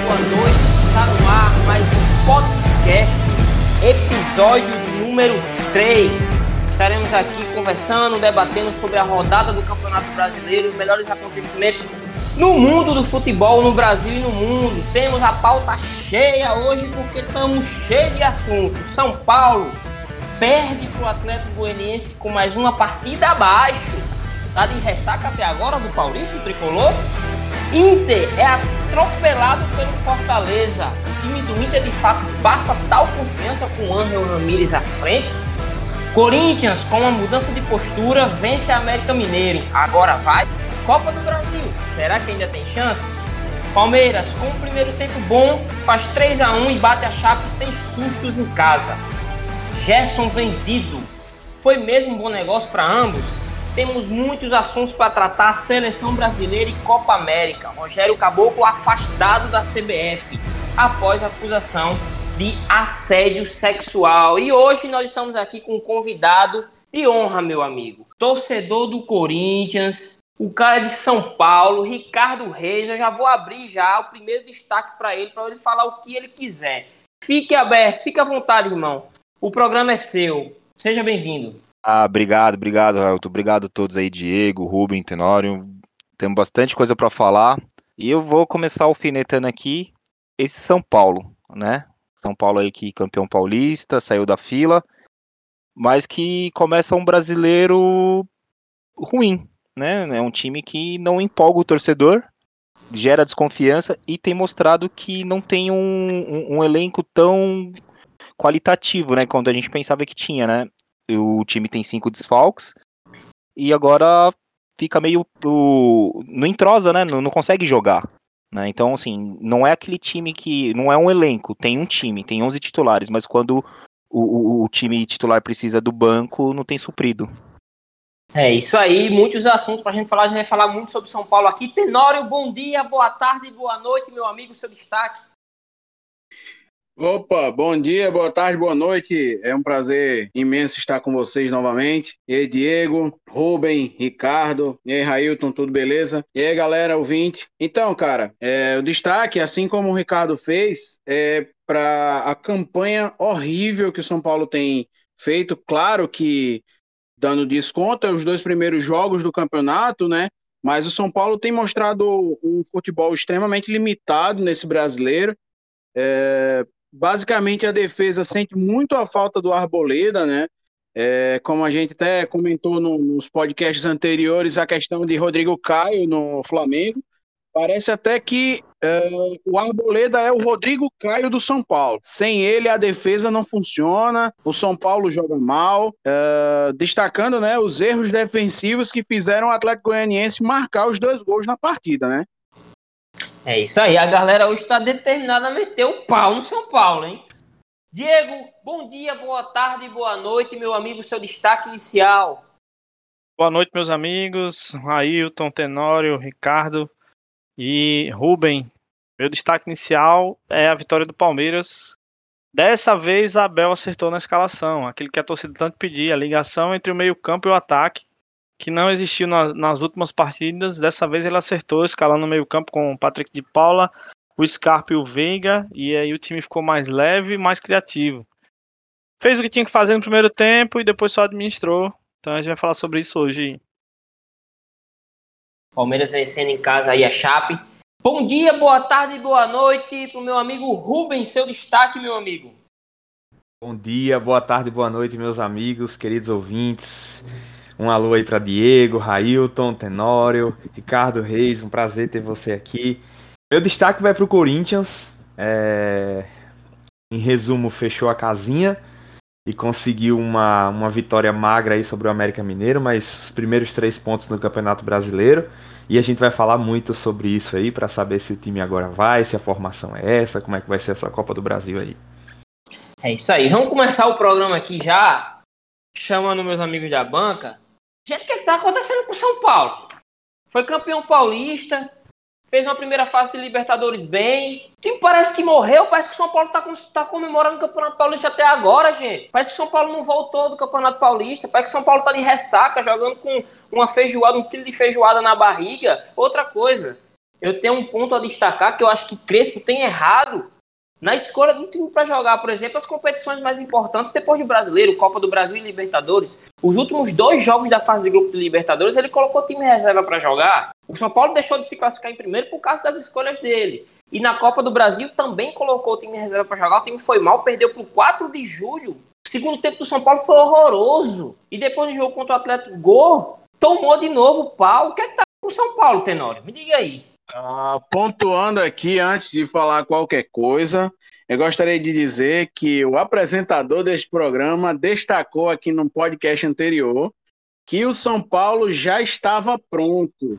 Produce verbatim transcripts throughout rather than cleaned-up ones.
boa noite. Está no ar mais um podcast, episódio número três. Estaremos aqui conversando, debatendo sobre a rodada do Campeonato Brasileiro, os melhores acontecimentos no mundo do futebol, no Brasil e no mundo. Temos a pauta cheia hoje porque estamos cheios de assuntos. São Paulo perde para o Atlético Goianiense com mais uma partida abaixo. Tá de ressaca até agora do Paulista, o tricolor. Inter é atropelado pelo Fortaleza. O time do Inter de fato passa tal confiança com o Ángel Ramírez à frente. Corinthians, com uma mudança de postura, vence a América Mineiro. Agora vai Copa do Brasil. Será que ainda tem chance? Palmeiras, com o primeiro tempo bom, faz três a um e bate a Chape sem sustos em casa. Gerson vendido. Foi mesmo um bom negócio para ambos? Temos muitos assuntos para tratar: Seleção Brasileira e Copa América. Rogério Caboclo afastado da C B F após acusação de assédio sexual. E hoje nós estamos aqui com um convidado de honra, meu amigo. Torcedor do Corinthians, o cara de São Paulo, Ricardo Reis. Eu já vou abrir já o primeiro destaque para ele, para ele falar o que ele quiser. Fique aberto, fique à vontade, irmão. O programa é seu. Seja bem-vindo. Ah, obrigado, obrigado, Raulto. Obrigado a todos aí, Diego, Rubem, Tenório. Temos bastante coisa para falar. E eu vou começar alfinetando aqui esse São Paulo, né? São Paulo aí que campeão paulista, saiu da fila, mas que começa um brasileiro ruim, né? É um time que não empolga o torcedor, gera desconfiança e tem mostrado que não tem um, um, um elenco tão qualitativo, né? Quando a gente pensava que tinha, né? O time tem cinco desfalques e agora fica meio o, não entrosa, né? Não, não consegue jogar, né? Então, assim, não é aquele time que... Não é um elenco, tem um time, tem onze titulares, mas quando o, o, o time titular precisa do banco, não tem suprido. É isso aí, muitos assuntos pra gente falar. A gente vai falar muito sobre São Paulo aqui. Tenório, bom dia, boa tarde, boa noite, meu amigo, seu destaque. Opa, bom dia, boa tarde, boa noite. É um prazer imenso estar com vocês novamente. E aí, Diego, Rubem, Ricardo, e aí, Railton, tudo beleza? E aí, galera, ouvinte. Então, cara, é, o destaque, assim como o Ricardo fez, é para a campanha horrível que o São Paulo tem feito. Claro que dando desconto aos dois primeiros jogos do campeonato, né? Mas o São Paulo tem mostrado um futebol extremamente limitado nesse brasileiro. É, basicamente a defesa sente muito a falta do Arboleda, né? É, como a gente até comentou no, nos podcasts anteriores, a questão de Rodrigo Caio no Flamengo, parece até que é, o Arboleda é o Rodrigo Caio do São Paulo. Sem ele a defesa não funciona, o São Paulo joga mal, é, destacando, né, os erros defensivos que fizeram o Atlético Goianiense marcar os dois gols na partida, né? É isso aí, a galera hoje está determinada a meter o pau no São Paulo, hein? Diego, bom dia, boa tarde, boa noite, meu amigo, seu destaque inicial. Boa noite, meus amigos, Railton, Tenório, Ricardo e Rubem. Meu destaque inicial é a vitória do Palmeiras. Dessa vez, a Abel acertou na escalação, aquilo que a torcida tanto pedia, a ligação entre o meio-campo e o ataque, que não existiu na, nas últimas partidas. Dessa vez ele acertou, escalando no meio campo com o Patrick de Paula, o Scarpa e o Veiga, e aí o time ficou mais leve e mais criativo. Fez o que tinha que fazer no primeiro tempo e depois só administrou. Então a gente vai falar sobre isso hoje. Palmeiras vencendo em casa aí a Chape. Bom dia, boa tarde e boa noite pro meu amigo Rubem, seu destaque, meu amigo. Bom dia, boa tarde, boa noite, meus amigos, queridos ouvintes. Um alô aí para Diego, Railton, Tenório, Ricardo Reis, um prazer ter você aqui. Meu destaque vai para o Corinthians. É... Em resumo, fechou a casinha e conseguiu uma, uma vitória magra aí sobre o América Mineiro, mas os primeiros três pontos no Campeonato Brasileiro. E a gente vai falar muito sobre isso aí, para saber se o time agora vai, se a formação é essa, como é que vai ser essa Copa do Brasil aí. É isso aí, vamos começar o programa aqui já, chamando meus amigos da banca. Gente, o que está acontecendo com o São Paulo? Foi campeão paulista, fez uma primeira fase de Libertadores bem. O time parece que morreu, parece que o São Paulo está tá comemorando o Campeonato Paulista até agora, gente. Parece que o São Paulo não voltou do Campeonato Paulista, parece que o São Paulo está de ressaca, jogando com uma feijoada, um quilo de feijoada na barriga. Outra coisa, eu tenho um ponto a destacar que eu acho que Crespo tem errado na escolha do time para jogar, por exemplo, as competições mais importantes depois do Brasileiro, Copa do Brasil e Libertadores. Os últimos dois jogos da fase de grupo de Libertadores, ele colocou o time reserva para jogar. O São Paulo deixou de se classificar em primeiro por causa das escolhas dele. E na Copa do Brasil também colocou o time reserva para jogar. O time foi mal, perdeu para o quatro de julho. O segundo tempo do São Paulo foi horroroso. E depois do jogo contra o Atlético, gol, tomou de novo o pau. O que é que tá com o São Paulo, Tenório? Me diga aí. Ah, pontuando aqui, antes de falar qualquer coisa, eu gostaria de dizer que o apresentador deste programa destacou aqui no podcast anterior que o São Paulo já estava pronto.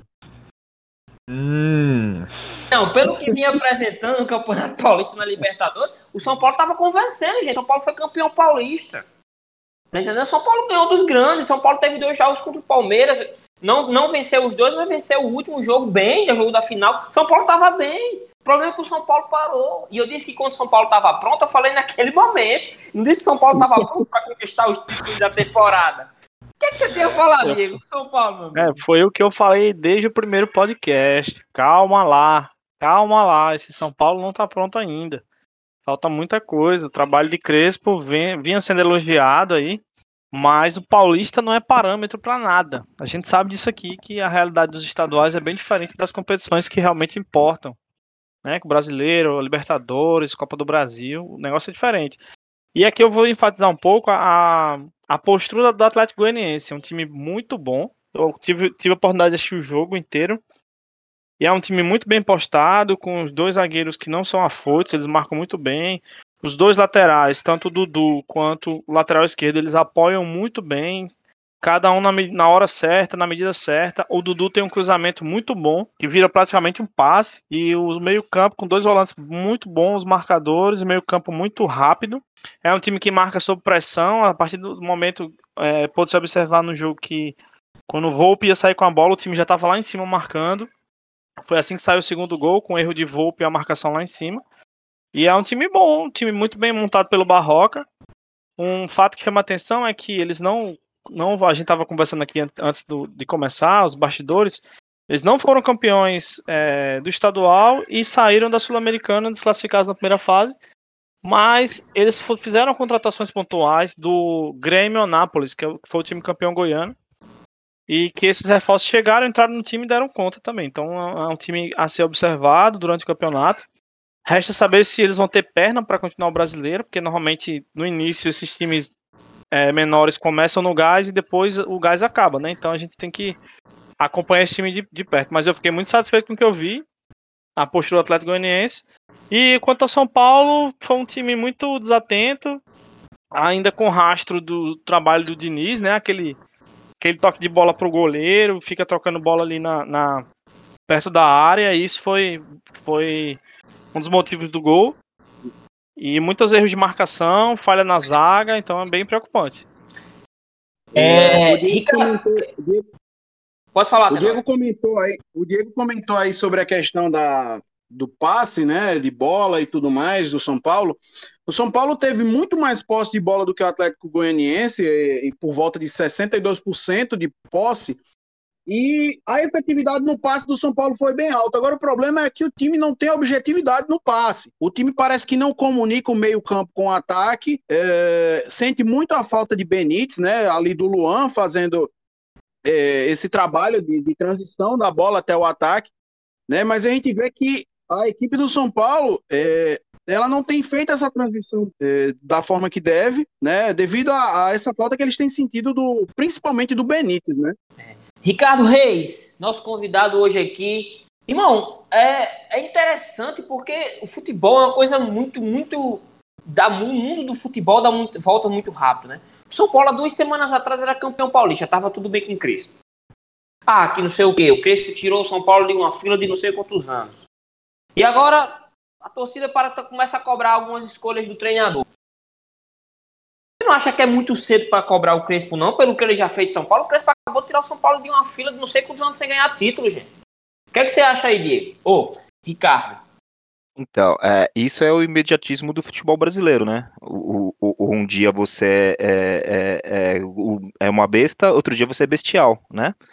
Hum. Não, pelo que vinha apresentando no Campeonato Paulista na Libertadores, o São Paulo estava convencendo, gente. O São Paulo foi campeão paulista. Tá entendendo? São Paulo ganhou dos grandes. São Paulo teve dois jogos contra o Palmeiras. Não, não venceu os dois, mas venceu o último jogo bem, o jogo da final. São Paulo estava bem. O problema é que o São Paulo parou. E eu disse que quando o São Paulo estava pronto, eu falei naquele momento. Não disse que o São Paulo estava pronto para conquistar os títulos da temporada. O que, é que você tem a falar, Diego, do São Paulo, meu amigo? É, foi o que eu falei desde o primeiro podcast. Calma lá, calma lá. Esse São Paulo não está pronto ainda. Falta muita coisa. O trabalho de Crespo vem, vinha sendo elogiado aí. Mas o paulista não é parâmetro para nada. A gente sabe disso aqui, que a realidade dos estaduais é bem diferente das competições que realmente importam. Né? O brasileiro, Libertadores, Copa do Brasil, o negócio é diferente. E aqui eu vou enfatizar um pouco a, a postura do Atlético Goianiense. É um time muito bom. Eu tive, tive a oportunidade de assistir o jogo inteiro. E é um time muito bem postado, com os dois zagueiros que não são afoitos, eles marcam muito bem. Os dois laterais, tanto o Dudu quanto o lateral esquerdo, eles apoiam muito bem, cada um na, na hora certa, na medida certa. O Dudu tem um cruzamento muito bom, que vira praticamente um passe, e o meio-campo com dois volantes muito bons, marcadores, meio-campo muito rápido. É um time que marca sob pressão. A partir do momento, é, pode-se observar no jogo que quando o Volpi ia sair com a bola, o time já estava lá em cima marcando. Foi assim que saiu o segundo gol, com o erro de Volpi e a marcação lá em cima. E é um time bom, um time muito bem montado pelo Barroca. Um fato que chama atenção é que eles não... não a gente estava conversando aqui antes do, de começar, os bastidores, eles não foram campeões é, do estadual e saíram da Sul-Americana desclassificados na primeira fase, mas eles fizeram contratações pontuais do Grêmio Anápolis, que foi o time campeão goiano, e que esses reforços chegaram, entraram no time e deram conta também. Então é um time a ser observado durante o campeonato. Resta saber se eles vão ter perna para continuar o brasileiro, porque normalmente no início esses times é, menores começam no gás e depois o gás acaba, né? Então a gente tem que acompanhar esse time de, de perto. Mas eu fiquei muito satisfeito com o que eu vi, a postura do Atlético Goianiense. E quanto ao São Paulo, foi um time muito desatento, ainda com rastro do trabalho do Diniz, né? Aquele, aquele toque de bola pro goleiro, fica trocando bola ali na, na perto da área, e isso foi, foi um dos motivos do gol. E muitos erros de marcação, falha na zaga, então é bem preocupante. É, o Diego Ricardo, comentou, o Diego, pode falar, o Diego comentou aí, o Diego comentou aí sobre a questão da, do passe, né, de bola e tudo mais do São Paulo. O São Paulo teve muito mais posse de bola do que o Atlético Goianiense, e, e por volta de sessenta e dois por cento de posse. E a efetividade no passe do São Paulo foi bem alta. Agora o problema é que o time não tem objetividade no passe. O time parece que não comunica o meio-campo com o ataque. É, sente muito a falta de Benítez, né? Ali do Luan fazendo é, esse trabalho de, de transição da bola até o ataque, né? Mas a gente vê que a equipe do São Paulo é, ela não tem feito essa transição é, da forma que deve, né? Devido a, a essa falta que eles têm sentido do, principalmente do Benítez, né? Ricardo Reis, nosso convidado hoje aqui. Irmão, é, é interessante porque o futebol é uma coisa muito, muito... Dá, o mundo do futebol dá muito, volta muito rápido, né? O São Paulo, há duas semanas atrás, era campeão paulista. Tava tudo bem com o Crespo. Ah, que não sei o quê. O Crespo tirou o São Paulo de uma fila de não sei quantos anos. E agora, a torcida para, começa a cobrar algumas escolhas do treinador. Você não acha que é muito cedo para cobrar o Crespo, não? Pelo que ele já fez de São Paulo, o Crespo acabou de tirar o São Paulo de uma fila de não sei quantos anos sem ganhar título, gente. O que é que você acha aí, Diego? Ô, Ricardo. Então, é, isso é o imediatismo do futebol brasileiro, né? O, o, o, um dia você é, é, é, é uma besta, outro dia você é bestial, né?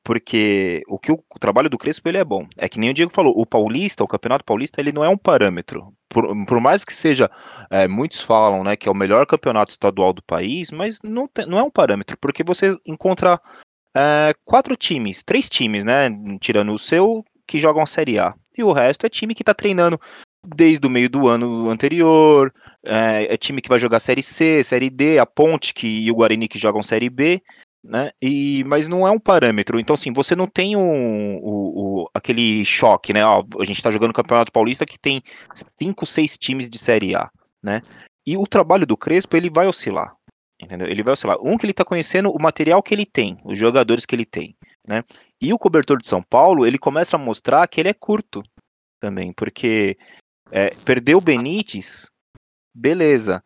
porque o que o, o trabalho do Crespo ele é bom. É que nem o Diego falou, o Paulista, o Campeonato Paulista, ele não é um parâmetro. Por, por mais que seja, é, muitos falam, né, que é o melhor campeonato estadual do país, mas não, tem, não é um parâmetro, porque você encontra é, quatro times, três times, né, tirando o seu, que jogam a Série A. E o resto é time que está treinando desde o meio do ano anterior, é, é time que vai jogar Série C, Série D, a Ponte que, e o Guarani que jogam Série B, né? E, mas não é um parâmetro. Então, assim, você não tem um, o, o, aquele choque, né? Ó, a gente está jogando o Campeonato Paulista que tem cinco, seis times de Série A, né? E o trabalho do Crespo, ele vai oscilar, entendeu? Ele vai oscilar. Um, que ele está conhecendo o material que ele tem, os jogadores que ele tem, né? E o cobertor de São Paulo, ele começa a mostrar que ele é curto também, porque é, perdeu o Benítez, beleza.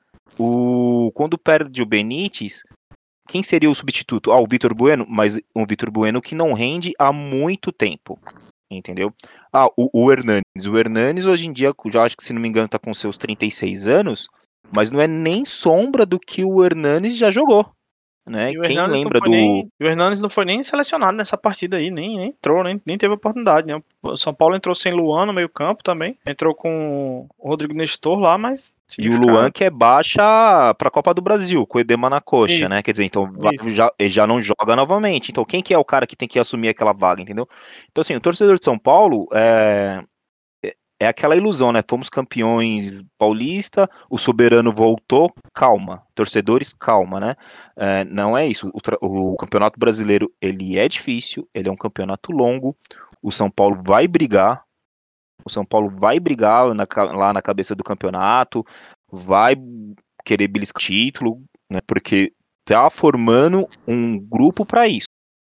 O, quando perde o Benítez, quem seria o substituto? Ah, o Vitor Bueno, mas um Vitor Bueno que não rende há muito tempo, entendeu? Ah, o, o Hernanes. O Hernanes hoje em dia, já acho que se não me engano tá com seus trinta e seis anos, mas não é nem sombra do que o Hernanes já jogou, né? E o Quem Hernanes lembra não foi do... nem, o Hernanes não foi nem selecionado nessa partida aí, nem, nem entrou, nem, nem teve oportunidade, né? O São Paulo entrou sem Luan no meio campo também, entrou com o Rodrigo Nestor lá, mas... E o Luan que é baixa para a Copa do Brasil, com o edema na coxa, Isso, né? Quer dizer, então vai- isso. já, ele já não joga novamente. Então quem que é o cara que tem que assumir aquela vaga, entendeu? Então assim, o torcedor de São Paulo é, é aquela ilusão, né? Fomos campeões paulista, o soberano voltou, calma. Torcedores, calma, né? É, não é isso. O, tra- o Campeonato Brasileiro, ele é difícil, ele é um campeonato longo, o São Paulo vai brigar, o São Paulo vai brigar na ca- lá na cabeça do campeonato, vai querer beliscar título, né? Porque tá formando um grupo para isso,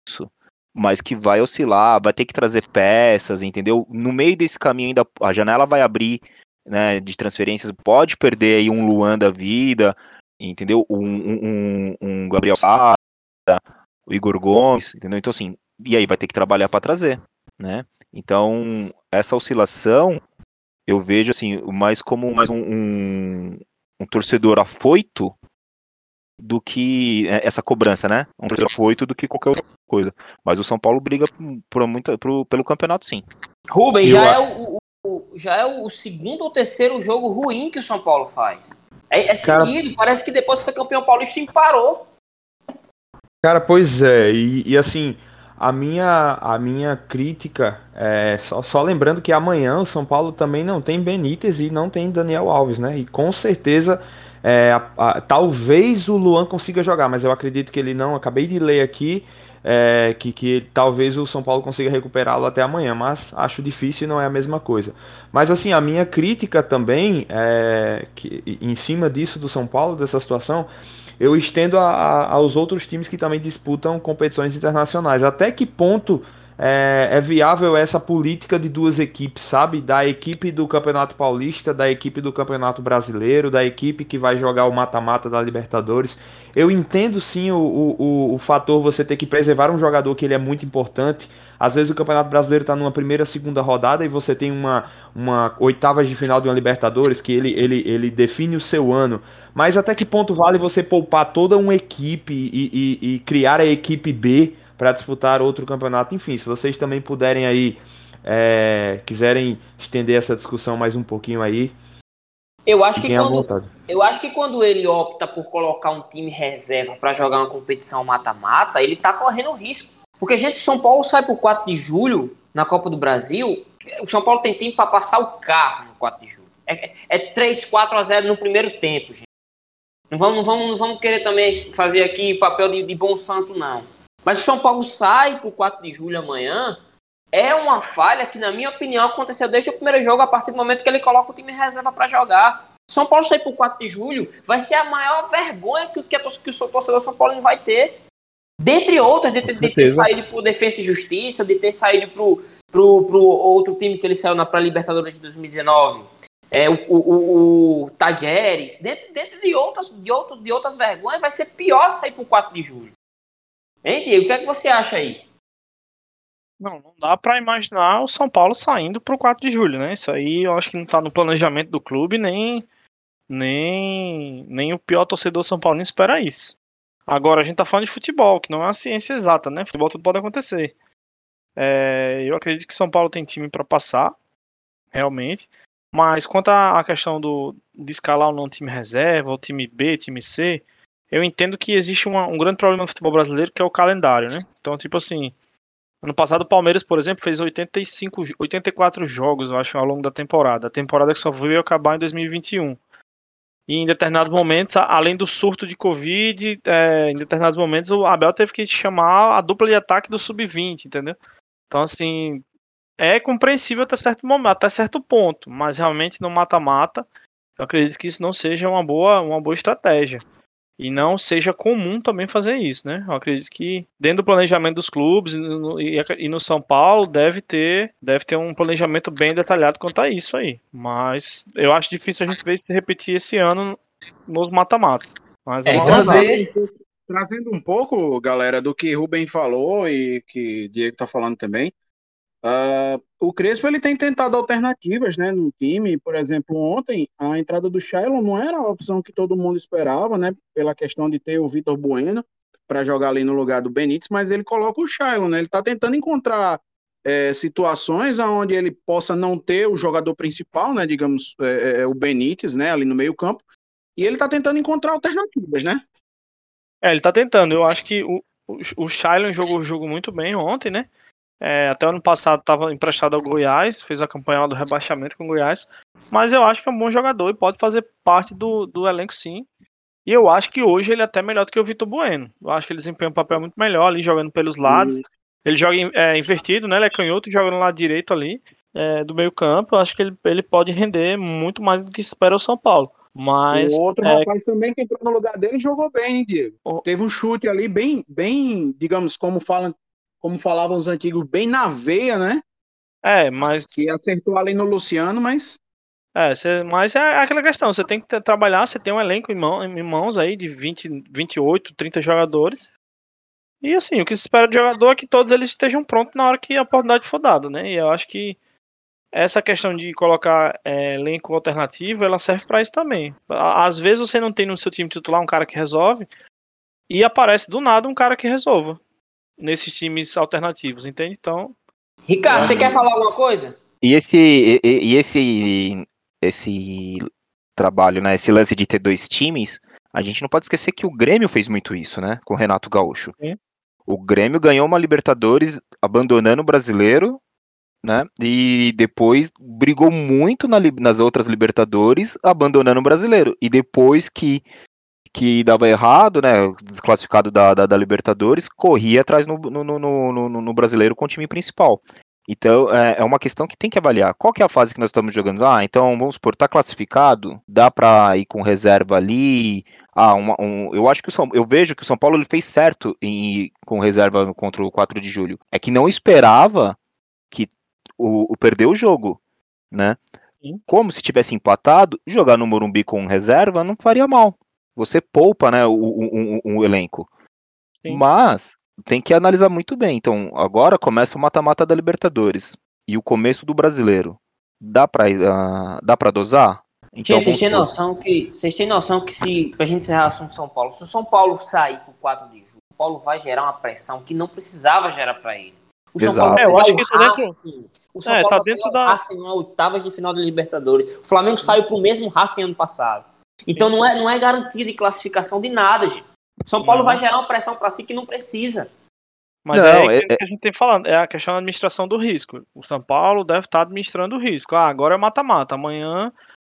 mas que vai oscilar, vai ter que trazer peças, entendeu? No meio desse caminho ainda a janela vai abrir, né? De transferências, pode perder aí um Luan da vida, entendeu? Um, um, um- um Gabriel Sara, o Igor Gomes, entendeu? Então assim, e aí vai ter que trabalhar para trazer, né? Então, essa oscilação, eu vejo assim, mais como mais um, um, um torcedor afoito do que é, essa cobrança, né? Um torcedor afoito do que qualquer outra coisa. Mas o São Paulo briga por muita, por, pelo campeonato, sim. Rubem, Eu já a- é o, o- já é o segundo ou terceiro jogo ruim que o São Paulo faz. É, é Cara, seguido, parece que depois que foi campeão paulista e parou. Cara, pois é, e, e assim, a minha, a minha crítica é só, só lembrando que amanhã o São Paulo também não tem Benítez e não tem Daniel Alves, né? E com certeza, é, a- a- talvez o Luan consiga jogar, mas eu acredito que ele não. Acabei de ler aqui é, que, que talvez o São Paulo consiga recuperá-lo até amanhã, mas acho difícil e não é a mesma coisa. Mas assim, a minha crítica também é que em cima disso do São Paulo, dessa situação. Eu estendo a- a- aos outros times que também disputam competições internacionais. Até que ponto é, é viável essa política de duas equipes, sabe? Da equipe do Campeonato Paulista, da equipe do Campeonato Brasileiro, da equipe que vai jogar o mata-mata da Libertadores. Eu entendo sim o, o, o, o fator você ter que preservar um jogador que ele é muito importante. Às vezes o Campeonato Brasileiro está numa primeira, segunda rodada e você tem uma, uma oitavas de final de uma Libertadores que ele, ele, ele define o seu ano. Mas até que ponto vale você poupar toda uma equipe e, e- e criar a equipe B para disputar outro campeonato? Enfim, se vocês também puderem aí, é, quiserem estender essa discussão mais um pouquinho aí, Eu acho que fiquem à quando vontade. eu acho que quando ele opta por colocar um time reserva para jogar uma competição mata-mata, ele tá correndo risco. Porque, gente, se o São Paulo sai pro quatro de julho na Copa do Brasil, o São Paulo tem tempo para passar o carro no quatro de julho. É, é três, quatro a zero no primeiro tempo, gente. Não vamos, não vamos, não vamos querer também fazer aqui papel de, de bom santo, não. Mas se o São Paulo sai pro quatro de julho amanhã, é uma falha que, na minha opinião, aconteceu desde o primeiro jogo, a partir do momento que ele coloca o time reserva para jogar. Se o São Paulo sair pro quatro de julho, vai ser a maior vergonha que, que, a, que o torcedor São Paulo não vai ter. Dentre outras, de, de, de ter saído pro Defensa e Justiça, de ter saído pro, pro, pro outro time que ele saiu na pré-Libertadores de dois mil e dezenove. É, o, o, o, o Tajeres, dentro, dentro de, outras, de, outro, de outras vergonhas, vai ser pior sair pro quatro de julho. Hein, Diego? O que é que você acha aí? Não, não dá pra imaginar o São Paulo saindo pro quatro de julho, né? Isso aí eu acho que não tá no planejamento do clube, nem, nem, nem o pior torcedor São Paulino espera isso. Agora, a gente tá falando de futebol, que não é uma ciência exata, né? Futebol tudo pode acontecer. É, eu acredito que São Paulo tem time para passar, realmente. Mas quanto à questão do, de escalar ou não time reserva, ou time B, time C, eu entendo que existe uma, um grande problema no futebol brasileiro, que é o calendário, né? Então, tipo assim, ano passado o Palmeiras, por exemplo, fez oitenta e cinco, oitenta e quatro jogos, eu acho, ao longo da temporada. A temporada que só veio acabar em dois mil e vinte e um. E em determinados momentos, além do surto de Covid, é, em determinados momentos o Abel teve que chamar a dupla de ataque do sub vinte, entendeu? Então, assim, é compreensível até certo momento, até certo ponto, mas realmente no mata-mata, eu acredito que isso não seja uma boa, uma boa estratégia. E não seja comum também fazer isso, né? Eu acredito que dentro do planejamento dos clubes e no, e no São Paulo deve ter, deve ter um planejamento bem detalhado quanto a isso aí. Mas eu acho difícil a gente ver se repetir esse ano nos mata-matas. Mas É, vamos então, aguardar. ver. Trazendo um pouco, galera, do que Rubem falou e que Diego tá falando também. Uh, o Crespo ele tem tentado alternativas, né, no time. Por exemplo, ontem a entrada do Shailon não era a opção que todo mundo esperava, né, pela questão de ter o Vitor Bueno para jogar ali no lugar do Benítez, mas ele coloca o Shailon, né, ele está tentando encontrar é, situações onde ele possa não ter o jogador principal, né, digamos, é, é, o Benítez, né, ali no meio campo, e ele está tentando encontrar alternativas, né. É, ele tá tentando. Eu acho que o, o, o Shailon jogou o jogo muito bem ontem, né? É, até o ano passado estava emprestado ao Goiás, fez a campanha do rebaixamento com o Goiás, mas eu acho que é um bom jogador e pode fazer parte do, do elenco, sim. E eu acho que hoje ele é até melhor do que o Vitor Bueno. Eu acho que ele desempenha um papel muito melhor ali, jogando pelos lados. E Ele joga é, invertido, né? Ele é canhoto, joga no lado direito ali, é, do meio campo. Eu acho que ele, ele pode render muito mais do que espera o São Paulo. Mas o outro é, rapaz também que entrou no lugar dele jogou bem, hein, Diego? o- Teve um chute ali bem, bem, digamos, como falam, como falavam os antigos, bem na veia, né? é, mas Que acertou ali no Luciano, mas É, cê, mas é aquela questão, você tem que ter- trabalhar, você tem um elenco em, mão, em mãos aí de vinte, vinte e oito, trinta jogadores. E assim, o que se espera de jogador é que todos eles estejam prontos na hora que a oportunidade for dada, né? E eu acho que essa questão de colocar é, elenco alternativo, ela serve para isso também. Á- Às vezes você não tem no seu time titular um cara que resolve e aparece do nada um cara que resolva nesses times alternativos, entende? Então, eu Ricardo, acho você quer que falar alguma coisa? E esse, e, e esse, esse trabalho, né? Esse lance de ter dois times, a gente não pode esquecer que o Grêmio fez muito isso, né? Com o Renato Gaúcho. Sim. O Grêmio ganhou uma Libertadores abandonando o brasileiro, né? E depois brigou muito na li- nas outras Libertadores, abandonando o brasileiro. E depois que, que dava errado, né? Desclassificado da, da, da Libertadores, corria atrás no, no, no, no, no- no brasileiro com o time principal. Então, é, é uma questão que tem que avaliar. Qual que é a fase que nós estamos jogando? Ah, então, vamos supor, tá classificado, dá pra ir com reserva ali. Ah, uma- um, eu acho que o São, eu vejo que o São Paulo ele fez certo em ir com reserva contra o quatro de julho. É que não esperava que o, o perder o jogo, né? sim, Como se tivesse empatado, jogar no Morumbi com reserva não faria mal. Você poupa, né, o, o, o, o elenco. sim. Mas tem que analisar muito bem. Então, agora começa o mata-mata da Libertadores e o começo do Brasileiro. Dá pra, uh, dá pra dosar? Então, Gente, vocês vamos têm supor. noção que. Vocês têm noção que se. Pra gente encerrar o assunto São Paulo, se o São Paulo sair pro quatro de julho, o Paulo vai gerar uma pressão que não precisava gerar pra ele. O São Paulo Exato. vai É, eu pegar acho o que tá dentro, Racing. O São é, Paulo tá vai pegar dentro o da, Racing na oitavas de final da Libertadores. O Flamengo saiu pro mesmo Racing ano passado. Então não é, não é garantia de classificação de nada, gente. O São Paulo não. vai gerar uma pressão pra si que não precisa. Mas é Não, é, aquilo que a gente tem falando, é a questão da administração do risco. O São Paulo deve estar administrando o risco. Ah, agora é mata-mata, amanhã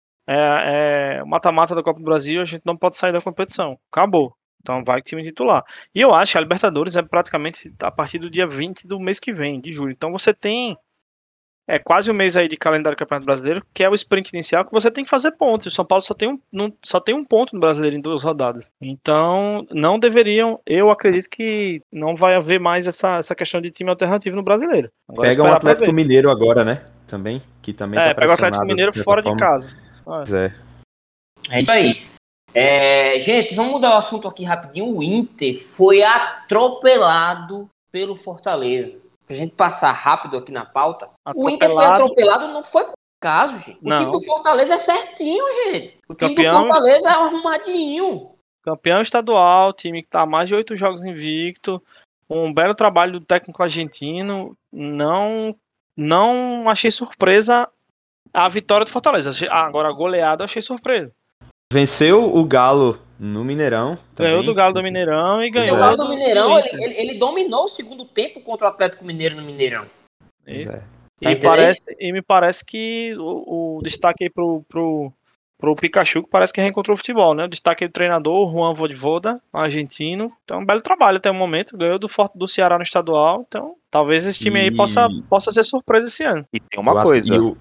é, é mata-mata da Copa do Brasil, a gente não pode sair da competição. Acabou. Então vai com o time titular. E eu acho que a Libertadores é praticamente a partir do dia vinte do mês que vem, de julho. Então você tem é quase um mês aí de calendário do Campeonato Brasileiro, que é o sprint inicial, que você tem que fazer pontos. O São Paulo só tem um, não, só tem um ponto no Brasileiro em duas rodadas. Então, não deveriam. Eu acredito que não vai haver mais essa, essa questão de time alternativo no Brasileiro. Agora Pega um esperar pra Atlético ver. Mineiro agora, né? Também, que também tá É, pega o Atlético pressionado de Mineiro certa fora de forma. casa. Ah, Pois é. É isso aí. É, gente, vamos mudar o assunto aqui rapidinho. O Inter foi atropelado pelo Fortaleza. Pra gente passar rápido aqui na pauta. O Inter foi atropelado. atropelado, não foi por acaso, gente. O Não. time do Fortaleza é certinho, gente. O time Campeão. do Fortaleza é arrumadinho. Campeão estadual, time que tá há mais de oito jogos invicto. um belo trabalho do técnico argentino. Não, não achei surpresa a vitória do Fortaleza. Achei, agora, a goleada eu achei surpresa. Venceu o Galo no Mineirão. Ganhou também. do Galo do Mineirão e ganhou O Galo do do Mineirão, ele, Inter. ele, ele dominou o segundo tempo contra o Atlético Mineiro no Mineirão. Isso. É. Tá E, entendendo? parece, e me parece que o, o destaque aí pro, pro, pro Pikachu, que parece que reencontrou o futebol, né? O destaque aí do treinador, Juan Vojvoda, argentino. Então, um belo trabalho até o momento. Ganhou do, Forte do Ceará no estadual. Então, talvez esse time aí E- possa, possa ser surpresa esse ano. E tem uma O- coisa. e o-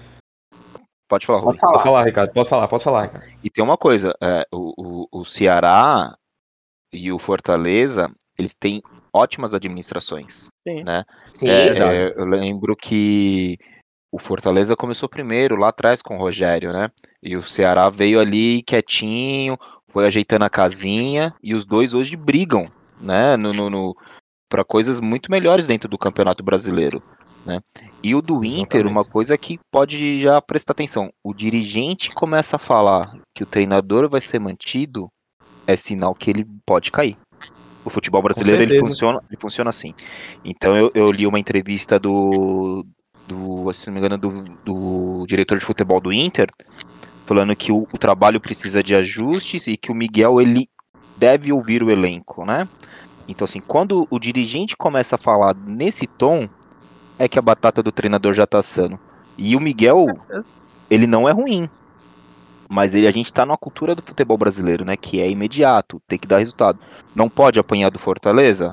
Pode falar, Rui. Pode Pode falar. falar, Ricardo. Pode falar, pode falar, Ricardo. E tem uma coisa. é, o, o, o Ceará e o Fortaleza, eles têm ótimas administrações. Sim. Né? Sim. É, verdade. é, eu lembro que o Fortaleza começou primeiro lá atrás com o Rogério, né? E o Ceará veio ali quietinho, foi ajeitando a casinha, e os dois hoje brigam, né? No, no, no, para coisas muito melhores dentro do Campeonato Brasileiro, né? E o do Inter, Exatamente. uma coisa que pode já prestar atenção: o dirigente começa a falar que o treinador vai ser mantido, é sinal que ele pode cair. O futebol brasileiro ele certeza. funciona, ele funciona assim. Então eu, eu li uma entrevista do, do, se não me engano, do, do diretor de futebol do Inter, falando que o, o trabalho precisa de ajustes e que o Miguel ele deve ouvir o elenco, né? Então assim, quando o dirigente começa a falar nesse tom, é que a batata do treinador já tá assando. E o Miguel, ele não é ruim. Mas ele, a gente tá numa cultura do futebol brasileiro, né? Que é imediato, tem que dar resultado. Não pode apanhar do Fortaleza?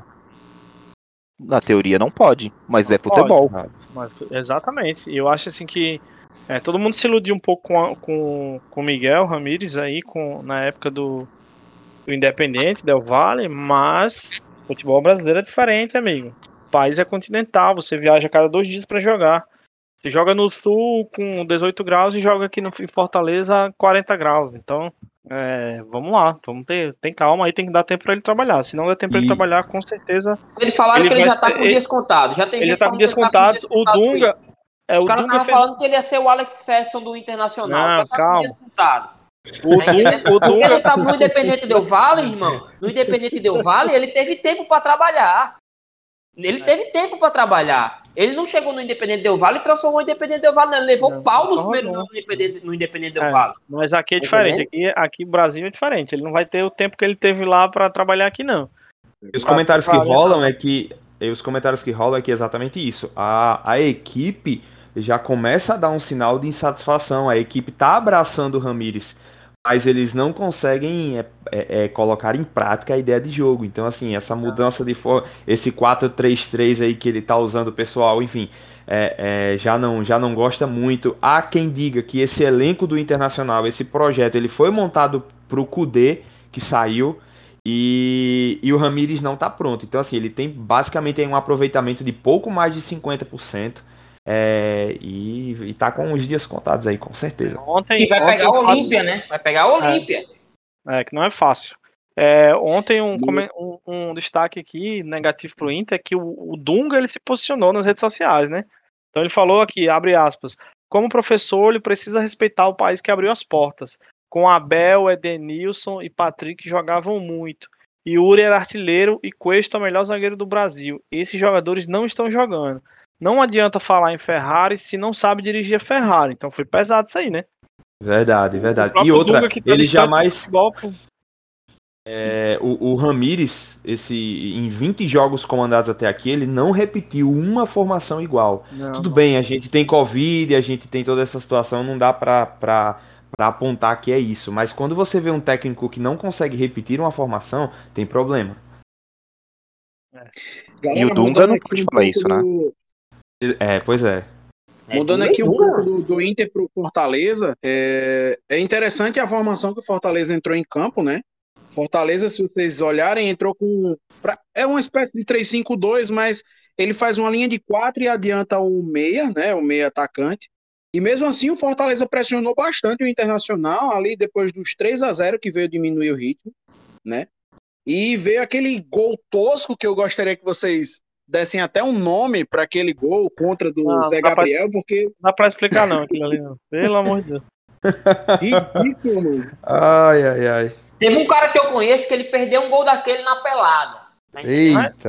Na teoria não pode, mas é futebol. Pode, mas, exatamente. E eu acho assim que é, todo mundo se iludiu um pouco com, a, com, com o Miguel Ramírez aí, com, na época do, do Independente, Del Valle, mas o futebol brasileiro é diferente, amigo. O país é continental, você viaja a cada dois dias para jogar. Você joga no sul com dezoito graus e joga aqui no em Fortaleza quarenta graus. Então, é, vamos lá, vamos ter, tem calma aí, tem que dar tempo para ele trabalhar. Se não der tempo para ele E- trabalhar, com certeza Eles falaram Ele que ele vai já tá ser- com ele- dias contados. Já tem ele já gente tá com falando que dias ele tá com contados. dias O contados com Dunga, ele. é, Os o caras Dunga estavam fez- falando que ele ia ser o Alex Ferguson do Internacional. Não, já tá calma. com dias contados. o Tá entendendo? Dunga, o Porque Dunga ele tava no Independente Del Valle, irmão. No Independente Del Valle, ele teve tempo para trabalhar. Ele teve tempo para trabalhar. Ele não chegou no Independente Del Valle e transformou o Independente Del Valle, não. Ele levou Não, pau nos só primeiros não. anos no Independente, no Independente Del É, Valle. mas aqui é Tá diferente. Aqui, aqui o Brasil é diferente. Ele não vai ter o tempo que ele teve lá para trabalhar aqui, não. E os Pra- comentários que pra- rolam é que e os comentários que rolam é que é exatamente isso. A, a equipe já começa a dar um sinal de insatisfação. A equipe tá abraçando o Ramírez, mas eles não conseguem é, é, é, colocar em prática a ideia de jogo. Então, assim, essa mudança de forma, esse quatro três três aí que ele tá usando, o pessoal, enfim, é, é, já, não, já não gosta muito. Há quem diga que esse elenco do Internacional, esse projeto, ele foi montado pro Kudê, que saiu, e, e o Ramírez não tá pronto. Então, assim, ele tem basicamente aí um aproveitamento de pouco mais de cinquenta por cento. É, e, e tá com os dias contados aí, com certeza. Ontem, E vai ontem pegar o o Fábio- Olímpia, né? Vai pegar o Olímpia. É, que não é fácil. É, ontem um, come- um, um destaque aqui negativo pro Inter é que o, o Dunga ele se posicionou nas redes sociais, né? Então ele falou aqui, abre aspas, como professor ele precisa respeitar o país que abriu as portas. Com Abel, Edenilson e Patrick jogavam muito. Yuri era artilheiro e Cuesta o melhor zagueiro do Brasil. Esses jogadores não estão jogando. Não adianta falar em Ferrari se não sabe dirigir a Ferrari. Então foi pesado isso aí, né? Verdade, verdade. O próprio E outra, Dunga que tá ele distante do jamais. futebol, pô. É, o, o Ramírez, esse, em vinte jogos comandados até aqui, ele não repetiu uma formação igual. Não, Tudo não. bem, a gente tem Covid, a gente tem toda essa situação, não dá pra, pra, pra apontar que é isso. Mas quando você vê um técnico que não consegue repetir uma formação, tem problema. E o Dunga mudando não aqui pode um falar pouco isso, né? do- É, pois é. É, Mudando Dunga e aqui um Dunga. pouco do, do Inter pro Fortaleza, é, é interessante a formação que o Fortaleza entrou em campo, né? Fortaleza, se vocês olharem, entrou com. pra- é uma espécie de três cinco dois, mas ele faz uma linha de quatro e adianta o meia, né? O meia atacante. E mesmo assim, o Fortaleza pressionou bastante o Internacional ali depois dos três a zero, que veio diminuir o ritmo, né? E veio aquele gol tosco que eu gostaria que vocês dessem até um nome para aquele gol contra do Não, Zé dá pra- Gabriel, porque Não dá pra explicar não aquilo ali, não. Pelo amor de Deus. ridículo, mano. Ai, ai, ai. Teve um cara que eu conheço que ele perdeu um gol daquele na pelada. Tá entendendo? Eita.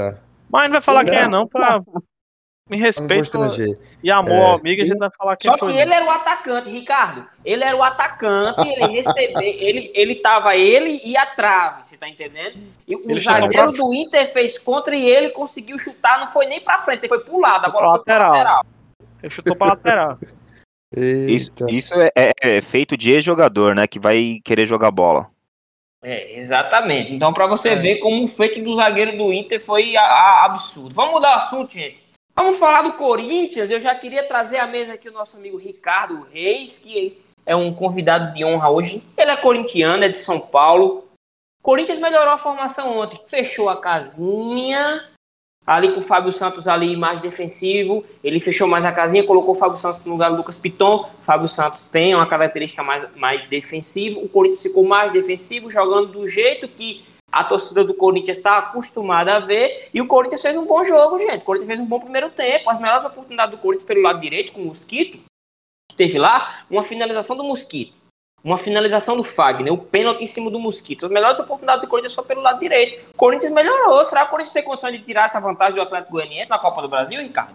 Mas não vai falar quem é, não, pra me respeito e amor É. ao amigo, a gente vai falar quem Só foi. que ele era o atacante, Ricardo. Ele era o atacante, ele recebeu, ele, ele tava ele e a trave, você tá entendendo? E o Ele zagueiro chutou do Inter fez contra e ele conseguiu chutar, não foi nem pra frente, ele foi pro lado, a pra bola foi pra lateral. lateral. Ele chutou pra lateral. Isso, Eita. isso é, é- é feito de ex-jogador, né? Que vai querer jogar bola. É, exatamente. Então, pra você É. ver como o feito do zagueiro do Inter foi a- a- absurdo. Vamos mudar o assunto, gente. Vamos falar do Corinthians. Eu já queria trazer à mesa aqui o nosso amigo Ricardo Reis, que é um convidado de honra hoje. Ele é corintiano, é de São Paulo. Corinthians melhorou a formação ontem. Fechou a casinha, ali com o Fábio Santos ali mais defensivo. Ele fechou mais a casinha, colocou o Fábio Santos no lugar do Lucas Piton. Fábio Santos tem uma característica mais, mais defensiva. O Corinthians ficou mais defensivo, jogando do jeito que a torcida do Corinthians está acostumada a ver. E o Corinthians fez um bom jogo, gente. O Corinthians fez um bom primeiro tempo. As melhores oportunidades do Corinthians pelo lado direito, com o Mosquito, que teve lá, uma finalização do Mosquito, uma finalização do Fagner, o pênalti em cima do Mosquito. As melhores oportunidades do Corinthians foram pelo lado direito. O Corinthians melhorou. Será que o Corinthians tem condições de tirar essa vantagem do Atlético Goianiense na Copa do Brasil, Ricardo?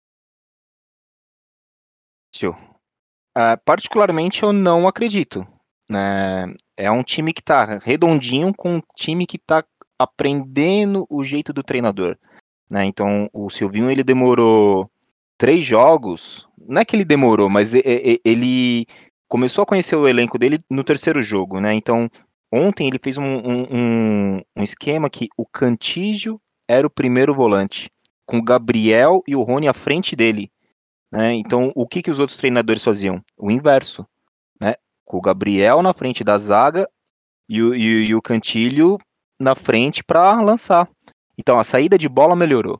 Tio. Ah, particularmente, eu não acredito. Né? É um time que tá redondinho com um time que tá aprendendo o jeito do treinador. Né? Então, o Silvinho, ele demorou três jogos. Não é que ele demorou, mas e- e- ele começou a conhecer o elenco dele no terceiro jogo. Né? Então, ontem ele fez um, um- um- um esquema que o Cantígio era o primeiro volante, com o Gabriel e o Rony à frente dele. Né? Então, o que, que os outros treinadores faziam? O inverso, né? Com o Gabriel na frente da zaga e o, e, e o Cantilho na frente para lançar. Então, a saída de bola melhorou.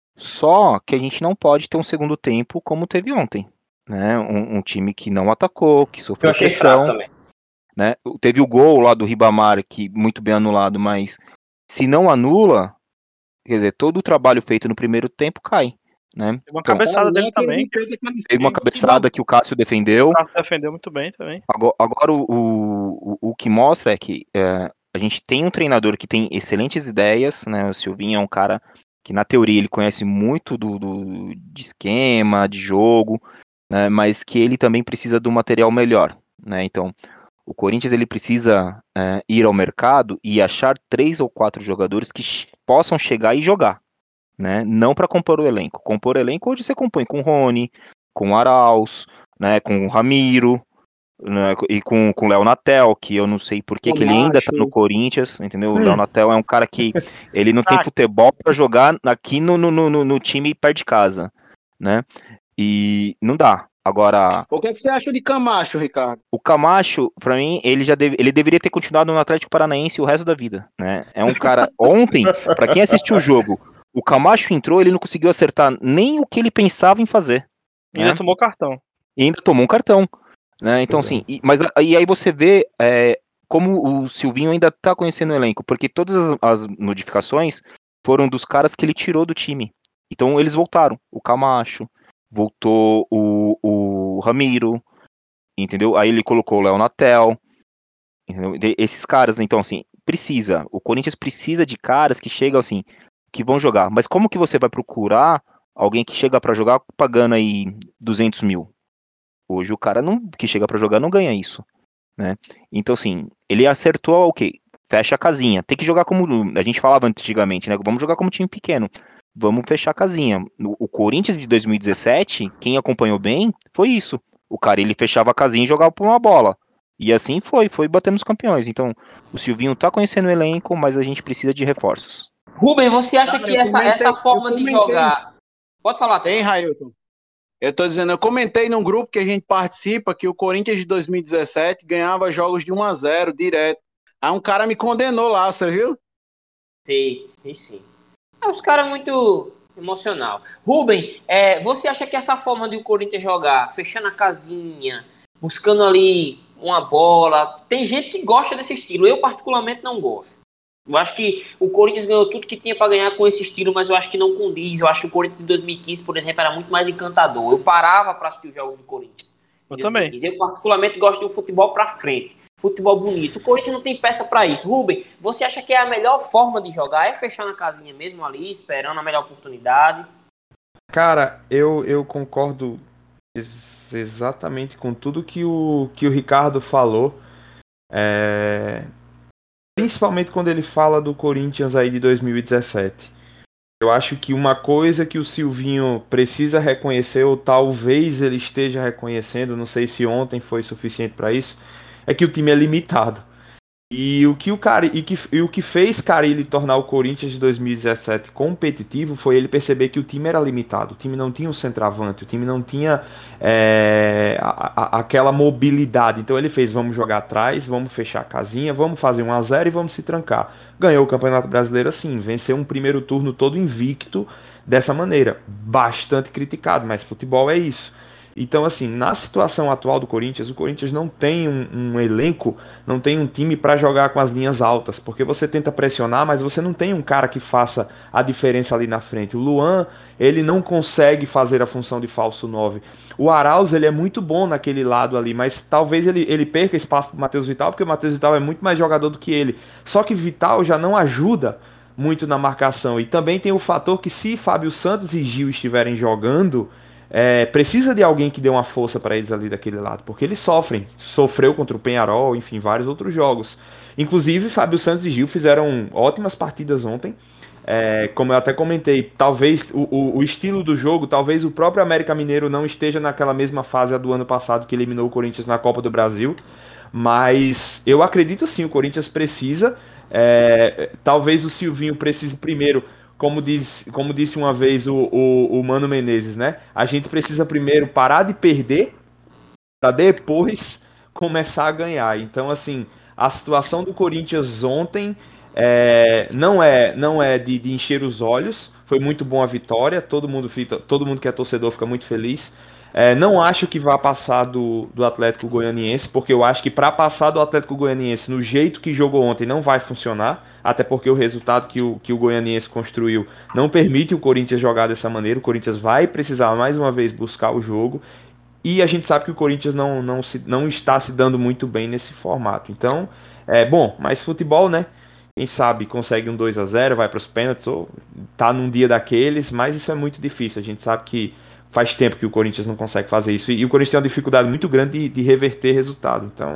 Só que a gente não pode ter um segundo tempo como teve ontem. Né? Um, um time que não atacou, que Eu sofreu achei fraco pressão. também. Né? Teve o gol lá do Ribamar, que muito bem anulado, mas se não anula, quer dizer, todo o trabalho feito no primeiro tempo cai. Né? Tem uma Então, cabeçada dele também. teve uma cabeçada que o Cássio defendeu. O Cássio defendeu muito bem também. Agora, agora o, o, o que mostra é que é, a gente tem um treinador que tem excelentes ideias, né? O Silvinho é um cara que, na teoria, ele conhece muito do, do de esquema, de jogo, né? Mas que ele também precisa de um material melhor, né? Então, o Corinthians ele precisa é, ir ao mercado e achar três ou quatro jogadores que ch- possam chegar e jogar, né? Não para compor o elenco. Compor o elenco hoje você compõe com o Rony, com o Arauz, né? Com o Ramiro, né, e com, com o Léo Natel, que eu não sei por que, que ele ainda tá no Corinthians, entendeu? O Léo Natel é um cara que ele não tem Ah. futebol para jogar aqui no, no, no, no time perto de casa, né? E não dá. Agora, O que, é que você acha de Camacho, Ricardo? o Camacho, pra mim, ele já deve, ele deveria ter continuado no Atlético Paranaense o resto da vida, né? É um cara, ontem, pra quem assistiu o jogo, o Camacho entrou, ele não conseguiu acertar nem o que ele pensava em fazer. Ainda né? tomou cartão. E ainda tomou um cartão. Né? Então, assim, e, mas e aí você vê é, como o Silvinho ainda tá conhecendo o elenco, porque todas as modificações foram dos caras que ele tirou do time. Então eles voltaram. O Camacho, voltou o, o Ramiro, entendeu? Aí ele colocou o Léo Natel. Entendeu? Esses caras, então, assim, precisa. O Corinthians precisa de caras que chegam assim, que vão jogar. Mas como que você vai procurar alguém que chega para jogar pagando aí duzentos mil? Hoje o cara não, que chega para jogar não ganha isso, né? Então assim, ele acertou o quê? Fecha a casinha. Tem que jogar como a gente falava antigamente, né? Vamos jogar como time pequeno. Vamos fechar a casinha. O Corinthians de dois mil e dezessete, quem acompanhou bem, foi isso. O cara, ele fechava a casinha e jogava por uma bola. E assim foi, foi batendo os campeões. Então, o Silvinho tá conhecendo o elenco, mas a gente precisa de reforços. Rubem, você acha Cara, que eu essa, comentei- essa forma eu de comentei. jogar... Pode falar, Tom. Hein, Railton? Eu tô dizendo, eu comentei num grupo que a gente participa que o Corinthians de dois mil e dezessete ganhava jogos de um a zero direto. Aí um cara me condenou lá, você viu? Sei, sei sim. É, os caras muito emocional. Rubem, é, você acha que essa forma de o Corinthians jogar, fechando a casinha, buscando ali uma bola, tem gente que gosta desse estilo. Eu particularmente não gosto. Eu acho que o Corinthians ganhou tudo que tinha para ganhar com esse estilo, mas eu acho que não condiz. Eu acho que o Corinthians de dois mil e quinze, por exemplo, era muito mais encantador. Eu parava para assistir os jogos do Corinthians. Eu também. Eu particularmente gosto de um futebol para frente, futebol bonito. O Corinthians não tem peça para isso. Rubem, você acha que é a melhor forma de jogar é fechar na casinha mesmo ali, esperando a melhor oportunidade? Cara, eu, eu concordo ex- exatamente com tudo que o, que o Ricardo falou. É, Principalmente quando ele fala do Corinthians aí de dois mil e dezessete. Eu acho que uma coisa que o Silvinho precisa reconhecer, ou talvez ele esteja reconhecendo, não sei se ontem foi suficiente para isso, é que o time é limitado. E o que o cara e, que, e o que fez Carille tornar o Corinthians de dois mil e dezessete competitivo foi ele perceber que o time era limitado, o time não tinha um centroavante, o time não tinha é, a, a, aquela mobilidade. Então ele fez: vamos jogar atrás, vamos fechar a casinha, vamos fazer um a zero e vamos se trancar. Ganhou o Campeonato Brasileiro assim, venceu um primeiro turno todo invicto dessa maneira, bastante criticado, mas futebol é isso. Então, assim, na situação atual do Corinthians, o Corinthians não tem um, um elenco, não tem um time para jogar com as linhas altas, porque você tenta pressionar, mas você não tem um cara que faça a diferença ali na frente. O Luan, ele não consegue fazer a função de falso nove. O Arauz, ele é muito bom naquele lado ali, mas talvez ele, ele perca espaço para o Matheus Vital, porque o Matheus Vital é muito mais jogador do que ele. Só que Vital já não ajuda muito na marcação. E também tem o fator que, se Fábio Santos e Gil estiverem jogando, É, precisa de alguém que dê uma força para eles ali daquele lado, porque eles sofrem. Sofreu contra o Peñarol, enfim, vários outros jogos. Inclusive, Fábio Santos e Gil fizeram ótimas partidas ontem. É, como eu até comentei, talvez o, o, o estilo do jogo, talvez o próprio América Mineiro não esteja naquela mesma fase do ano passado que eliminou o Corinthians na Copa do Brasil. Mas eu acredito sim, o Corinthians precisa. É, talvez o Silvinho precise primeiro. Como, diz, como disse uma vez o, o, o Mano Menezes, né? A gente precisa primeiro parar de perder para depois começar a ganhar. Então, assim, a situação do Corinthians ontem é, não é, não é de, de encher os olhos. Foi muito bom a vitória. Todo mundo, fica, todo mundo que é torcedor fica muito feliz. É, não acho que vá passar do, do Atlético Goianiense, porque eu acho que para passar do Atlético Goianiense no jeito que jogou ontem não vai funcionar, até porque o resultado que o, que o Goianiense construiu não permite o Corinthians jogar dessa maneira. O Corinthians vai precisar mais uma vez buscar o jogo, e a gente sabe que o Corinthians não, não, se, não está se dando muito bem nesse formato. Então, é bom, mas futebol, né? Quem sabe consegue um dois a zero, vai para os pênaltis, ou tá num dia daqueles, mas isso é muito difícil. A gente sabe que faz tempo que o Corinthians não consegue fazer isso. E o Corinthians tem uma dificuldade muito grande de, de reverter resultado. Então,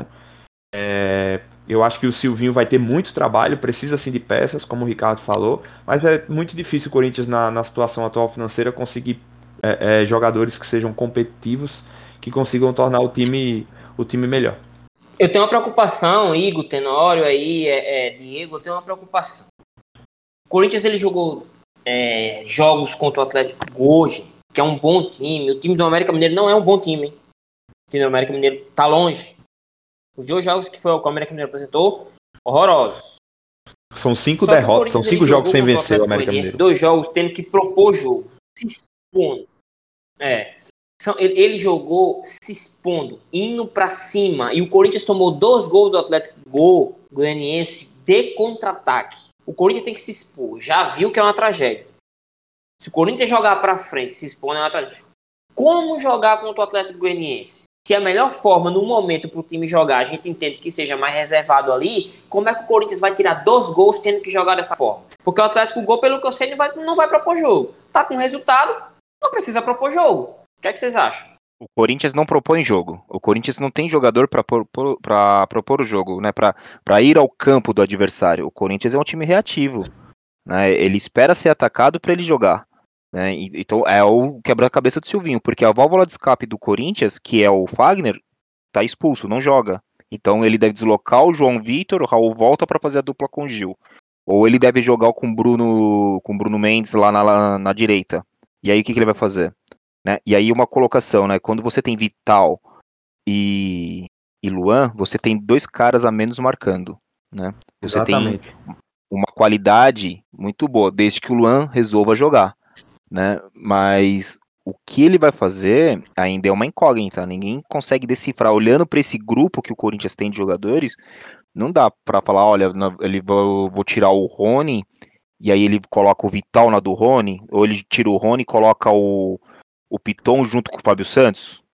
é, eu acho que o Silvinho vai ter muito trabalho, precisa sim de peças, como o Ricardo falou, mas é muito difícil o Corinthians, na, na situação atual financeira, conseguir é, é, jogadores que sejam competitivos, que consigam tornar o time, o time melhor. Eu tenho uma preocupação, Igor, Tenório aí, é, é, Diego, eu tenho uma preocupação. O Corinthians ele jogou é, jogos contra o Atlético hoje, que é um bom time. O time do América Mineiro não é um bom time, hein? O time do América Mineiro tá longe. Os dois jogos que foi o que o América Mineiro apresentou, horrorosos. São cinco derrotas, são cinco jogos sem vencer o América Mineiro. Dois jogos tendo que propor jogo, se expondo. É. Ele, ele jogou se expondo, indo pra cima. E o Corinthians tomou dois gols do Atlético Gol Goianiense de contra-ataque. O Corinthians tem que se expor. Já viu que é uma tragédia. Se o Corinthians jogar pra frente, se expor, é uma tragédia. Como jogar contra o Atlético Goianiense? Se a melhor forma no momento pro time jogar, a gente entende que seja mais reservado ali, como é que o Corinthians vai tirar dois gols tendo que jogar dessa forma? Porque o Atlético Gol, pelo que eu sei, não vai, não vai propor jogo. Tá com resultado, não precisa propor jogo. O que é que vocês acham? O Corinthians não propõe jogo. O Corinthians não tem jogador para propor, propor o jogo, né? Para ir ao campo do adversário. O Corinthians é um time reativo, né? Ele espera ser atacado para ele jogar, né? Então é o quebra-cabeça do Silvinho, porque a válvula de escape do Corinthians, que é o Fagner, tá expulso, não joga. Então ele deve deslocar o João Vitor, o Raul volta para fazer a dupla com o Gil. Ou ele deve jogar com o Bruno, com Bruno Mendes lá na, na direita. E aí o que, que ele vai fazer? Né? E aí uma colocação, né? Quando você tem Vital e, e Luan, você tem dois caras a menos marcando, né? Você Exatamente. tem uma qualidade muito boa, desde que o Luan resolva jogar, né? Mas o que ele vai fazer ainda é uma incógnita, ninguém consegue decifrar. Olhando para esse grupo que o Corinthians tem de jogadores, não dá para falar, olha, ele vou, vou tirar o Rony e aí ele coloca o Vital na do Rony, ou ele tira o Rony e coloca o o Piton junto com o Fábio Santos,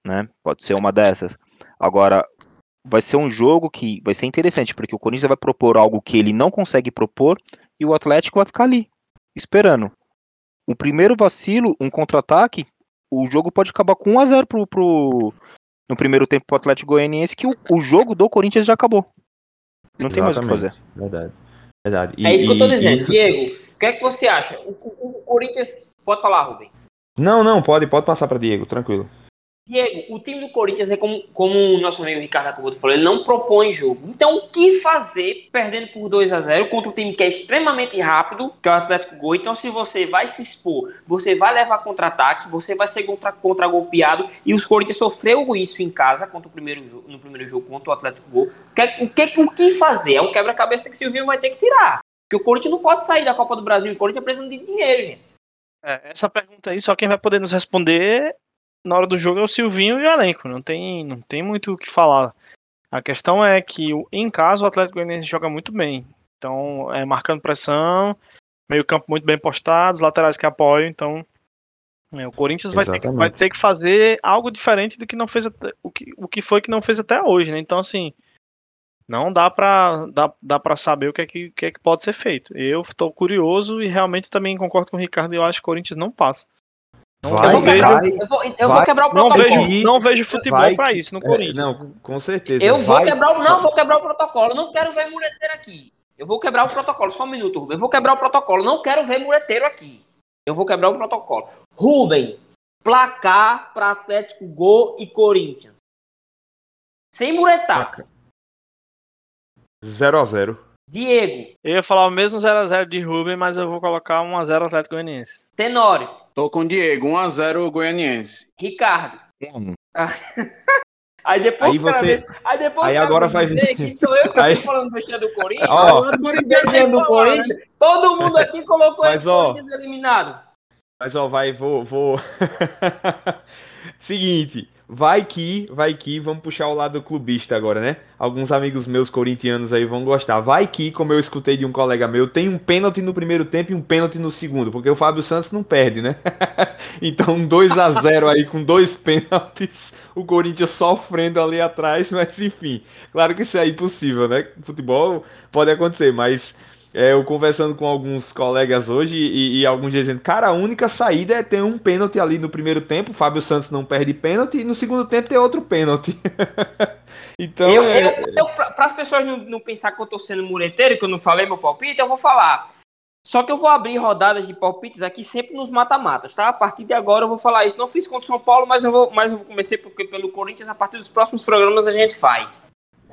né? Pode ser uma dessas. Agora, vai ser um jogo que vai ser interessante, porque o Corinthians vai propor algo que ele não consegue propor e o Atlético vai ficar ali, esperando. O primeiro vacilo, um contra-ataque, o jogo pode acabar com um a zero pro, pro, no primeiro tempo pro Atlético Goianiense, que o, o jogo do Corinthians já acabou. Não tem mais o que fazer. Verdade. Verdade. E, é isso que eu tô dizendo. isso... Diego, o que é que você acha? O, o, o Corinthians... Pode falar, Rubem. Não, não, pode, pode passar para Diego, tranquilo. Diego, o time do Corinthians é como, como o nosso amigo Ricardo Acoboto falou, ele não propõe jogo. Então, o que fazer perdendo por dois a zero contra um time que é extremamente rápido, que é o Atlético Gol? Então, se você vai se expor, você vai levar contra-ataque, você vai ser contra, contra-golpeado, e os Corinthians sofreu isso em casa contra o primeiro jogo, no primeiro jogo contra o Atlético Gol. O que, o, que, o que fazer? É um quebra-cabeça que o Silvinho vai ter que tirar. Porque o Corinthians não pode sair da Copa do Brasil, o Corinthians precisa de dinheiro, gente. É, essa pergunta aí, só quem vai poder nos responder na hora do jogo é o Silvinho e o elenco. Não tem, não tem muito o que falar. A questão é que, em casa, o Atlético Goianiense joga muito bem. Então, é marcando pressão, meio campo muito bem postado, os laterais que apoiam. Então, é, o Corinthians vai ter, que, vai ter que fazer algo diferente do que não fez até, o, que, o que foi que não fez até hoje, né? Então, assim, não dá pra, dá, dá pra saber o que é que, que é que pode ser feito. Eu estou curioso e realmente também concordo com o Ricardo e eu acho que o Corinthians não passa. Não vai, eu vou quebrar, vai, eu vou, eu vou quebrar o protocolo. Não vejo, não vejo futebol vai, pra isso no Corinthians. É, não, com certeza. Eu vou vai, quebrar, não, vou quebrar o protocolo. Não quero ver mureteiro aqui. Eu vou quebrar o protocolo. Só um minuto, Rubem. Eu vou quebrar o protocolo. Não quero ver mureteiro aqui. Eu vou quebrar o protocolo. Rubem, placar para Atlético Gol e Corinthians. Sem muretar. zero a zero. Diego. Eu ia falar o mesmo zero a zero de Rubem, mas eu vou colocar um a zero Atlético Goianiense. Tenório. Tô com o Diego, um a zero Goianiense. Ricardo. Hum. Aí depois aí o cara você... vem, aí depois aí o cara agora vem vai dizer que sou eu que aí... tô falando besteira do Corinthians. Ó, besteira do Corinthians. Todo mundo aqui colocou mas, o Corinthians eliminado. Mas ó, vai, vou, vou... Seguinte, vai que, vai que, vamos puxar o lado clubista agora, né? Alguns amigos meus corintianos aí vão gostar. Vai que, como eu escutei de um colega meu, tem um pênalti no primeiro tempo e um pênalti no segundo, porque o Fábio Santos não perde, né? Então, um dois a zero aí com dois pênaltis, o Corinthians sofrendo ali atrás, mas enfim, claro que isso é impossível, né? Futebol pode acontecer, mas... É, eu conversando com alguns colegas hoje e, e alguns dizendo, cara, a única saída é ter um pênalti ali no primeiro tempo, o Fábio Santos não perde pênalti, e no segundo tempo tem outro pênalti. Então, eu, é... eu, eu, para as pessoas não, não pensar que eu tô sendo mureteiro, que eu não falei meu palpite, eu vou falar. Só que eu vou abrir rodadas de palpites aqui sempre nos mata-matas, tá? A partir de agora eu vou falar isso. Não fiz contra o São Paulo, mas eu vou, mas eu vou começar porque, pelo Corinthians, a partir dos próximos programas a gente faz.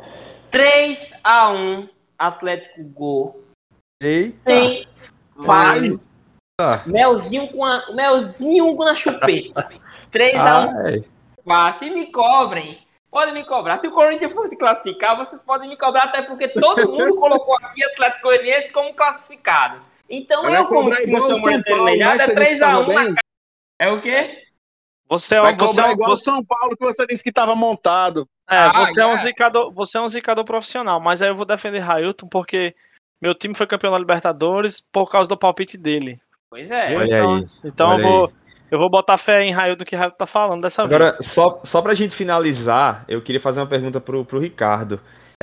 três a um Atlético Gol. Eita! Sim, fácil. Melzinho com a, melzinho na chupeta. três a um fácil. E me cobrem. Podem me cobrar. Se o Corinthians fosse classificar, vocês podem me cobrar, até porque todo mundo colocou aqui Atlético Goianiense como classificado. Então eu, eu como que não sou mureteiro nem nada, é três a um na cara. É o quê? Você é, Vai você é igual o São Paulo, que você disse que estava montado. É, ah, você, é. É um zicador, você é um zicador profissional, mas aí eu vou defender Railton, porque meu time foi campeão da Libertadores por causa do palpite dele. Pois é. Olha então aí, então olha eu, vou, aí. eu vou botar fé em Railton que Railton tá falando dessa Agora, vez. Agora, só, só pra gente finalizar, eu queria fazer uma pergunta pro, pro Ricardo.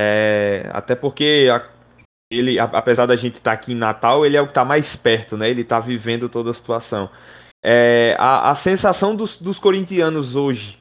É, até porque a, ele, a, apesar da gente estar tá aqui em Natal, ele é o que tá mais perto, né? Ele tá vivendo toda a situação. É, a, a sensação dos, dos corintianos hoje,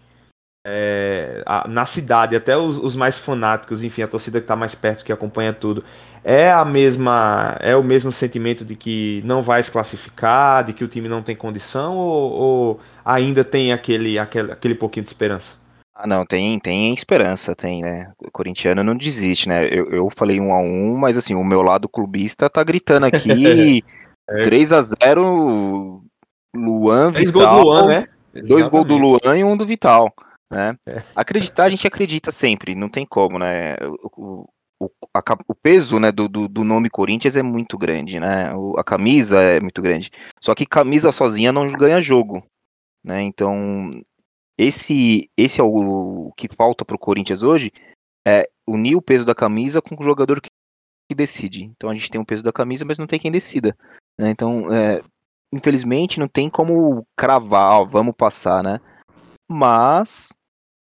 é, a, na cidade, até os, os mais fanáticos, enfim, a torcida que tá mais perto, que acompanha tudo, é a mesma, é o mesmo sentimento de que não vai se classificar, de que o time não tem condição, ou, ou ainda tem aquele, aquele, aquele pouquinho de esperança? Ah, não, tem, tem esperança, tem, né? O corintiano não desiste, né? Eu, eu falei um a um, mas assim, o meu lado clubista tá gritando aqui é. três a zero, Luan, Três Vital. Gols do Luan, né? Dois gols do Luan e um do Vital, né? É. Acreditar, a gente acredita sempre, não tem como, né? O, o, a, o peso, né, do, do, do nome Corinthians é muito grande, né? O, a camisa é muito grande. Só que camisa sozinha não ganha jogo, né? Então, esse, esse é o, o que falta pro Corinthians hoje, é unir o peso da camisa com o jogador que, que decide. Então a gente tem o peso da camisa, mas não tem quem decida, né? Então, é, infelizmente, não tem como cravar, ó, vamos passar, né? Mas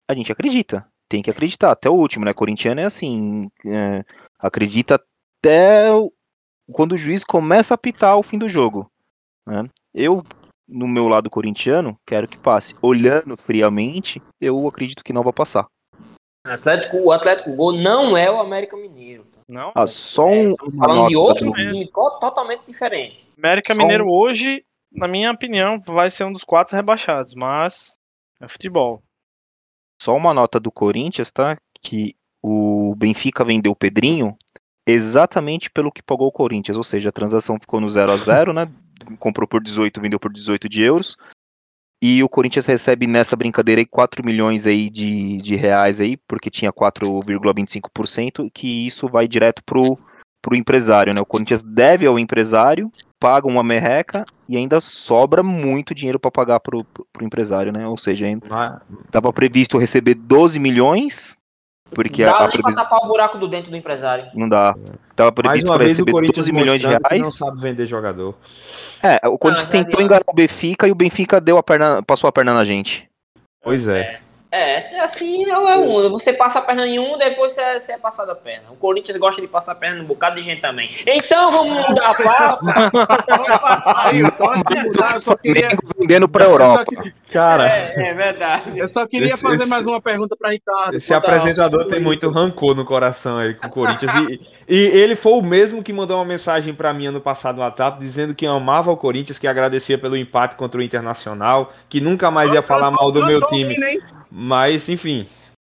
a gente acredita. Tem que acreditar até o último, né? Corintiano é assim, é, acredita até o, quando o juiz começa a apitar o fim do jogo, né? Eu, no meu lado corintiano, quero que passe. Olhando friamente, eu acredito que não vai passar. Atlético, o Atlético Gol não é o América Mineiro. Não? Ah, só É, um, estamos uma falando de nota outro do- time to- totalmente diferente. América Só Mineiro um- hoje, na minha opinião, vai ser um dos quatro rebaixados, mas é futebol. Só uma nota do Corinthians, tá? Que o Benfica vendeu o Pedrinho exatamente pelo que pagou o Corinthians, ou seja, a transação ficou no zero a zero, né? Comprou por dezoito, vendeu por dezoito de euros. E o Corinthians recebe nessa brincadeira aí quatro milhões aí de, de reais aí, porque tinha quatro vírgula vinte e cinco por cento, que isso vai direto pro, pro empresário, né? O Corinthians deve ao empresário, paga uma merreca e ainda sobra muito dinheiro para pagar pro, pro, pro empresário, né? Ou seja, ainda estava previsto receber doze milhões, porque Dá a, a nem pra previs- tapar o buraco do dente do empresário. não dá. Estava Mais previsto uma para vez o receber Corinthians doze milhões de mostrando que não reais. sabe vender jogador. É, o Corinthians Não, já tentou adianta. enganar o Benfica e o Benfica deu a perna, passou a perna na gente. Pois é. É, é assim é o mundo. Você passa a perna em um, depois você é, você é passado a perna. O Corinthians gosta de passar a perna num bocado de gente também. Então vamos mudar a pauta. Vamos passar. Aí, então, antes de mudar, eu só queria. Flamengo vendendo pra eu só Europa. que- Cara, É, é verdade. Eu só queria Esse- fazer esse- mais uma pergunta para Ricardo. esse quanto a- apresentador tem muito rancor no coração aí com o Corinthians. E, e ele foi o mesmo que mandou uma mensagem pra mim ano passado no WhatsApp, dizendo que amava o Corinthians, que agradecia pelo empate contra o Internacional, que nunca mais ia falar mal do meu Cantou time. bem, hein? Mas, enfim.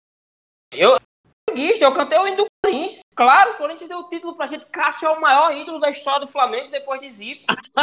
Eu, eu cantei o hino do Corinthians. Claro, o Corinthians deu o título pra gente. Cássio é o maior ídolo da história do Flamengo depois de Zico.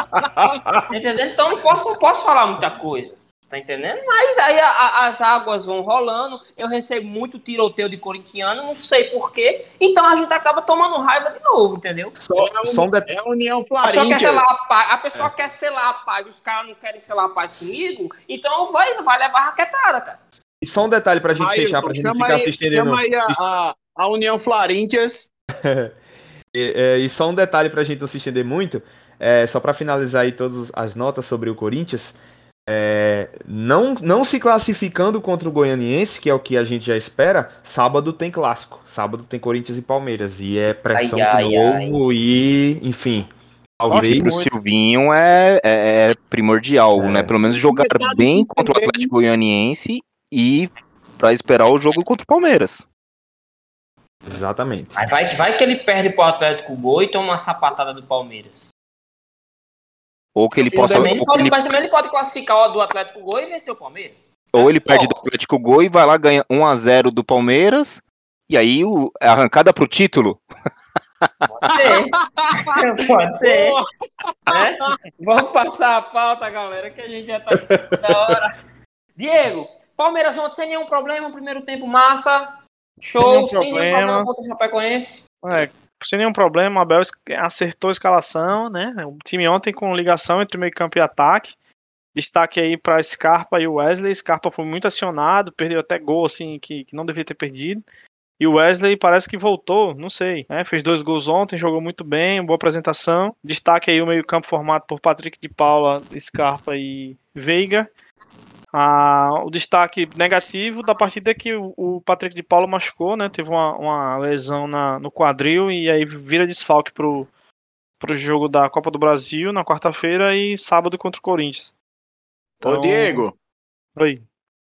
Tá entendendo? Então não posso, não posso falar muita coisa. Tá entendendo? Mas aí a- a- as águas vão rolando. Eu recebo muito tiroteio de corintiano, não sei porquê. Então a gente acaba tomando raiva de novo, entendeu? Só, É, só um det- é a União A pessoa quer Floríntias. selar a paz, a pessoa quer selar a paz, os caras não querem selar a paz comigo, então vai, vai levar raquetada, cara. E só um detalhe pra gente Aí, fechar, pra gente não chama ficar aí, se estendendo. chama aí a, a, a União Floríntias. E, é, e só um detalhe pra gente não se estender muito, é, só pra finalizar aí todas as notas sobre o Corinthians, é, não, não se classificando contra o Goianiense, que é o que a gente já espera, sábado tem clássico, sábado tem Corinthians e Palmeiras, e é pressão Ai, de ai, novo e, enfim, Que talvez... pro Silvinho é, é, é primordial, É. né? Pelo menos jogar Verdade, bem sim, contra o também. Atlético Goianiense e pra esperar o jogo contra o Palmeiras. Exatamente. Mas vai, que- vai que ele perde pro Atlético Gol e toma uma sapatada do Palmeiras. Ou que ele Mas possa. também, ele Ou, que pode, ele, mas também ele pode classificar o do Atlético Gol e vencer o Palmeiras. ou ele perde do Ó, Atlético Gol e vai lá, ganha um a zero do Palmeiras. E aí o, a arrancada pro título. Pode ser. Pode ser. Né? Vamos passar a pauta, galera, que a gente já tá em cima da hora. Diego, Palmeiras ontem sem nenhum problema, primeiro tempo massa. Show, Sem sem nenhum nenhum problema. problema contra o Chapecoense. É, sem nenhum problema, o Abel es- acertou a escalação, né? O time ontem com ligação entre meio campo e ataque. Destaque aí para Scarpa e o Wesley. Scarpa foi muito acionado, perdeu até gol assim que, que não devia ter perdido. E o Wesley parece que voltou, não sei, né? Fez dois gols ontem, jogou muito bem, boa apresentação. Destaque aí o meio campo formado por Patrick de Paula, Scarpa e Veiga. Ah, o destaque negativo da partida é que o, o Patrick de Paula machucou, né? Teve uma, uma lesão na, no quadril e aí vira desfalque pro, pro jogo da Copa do Brasil na quarta-feira e sábado contra o Corinthians. Ô, Então- Diego, Oi.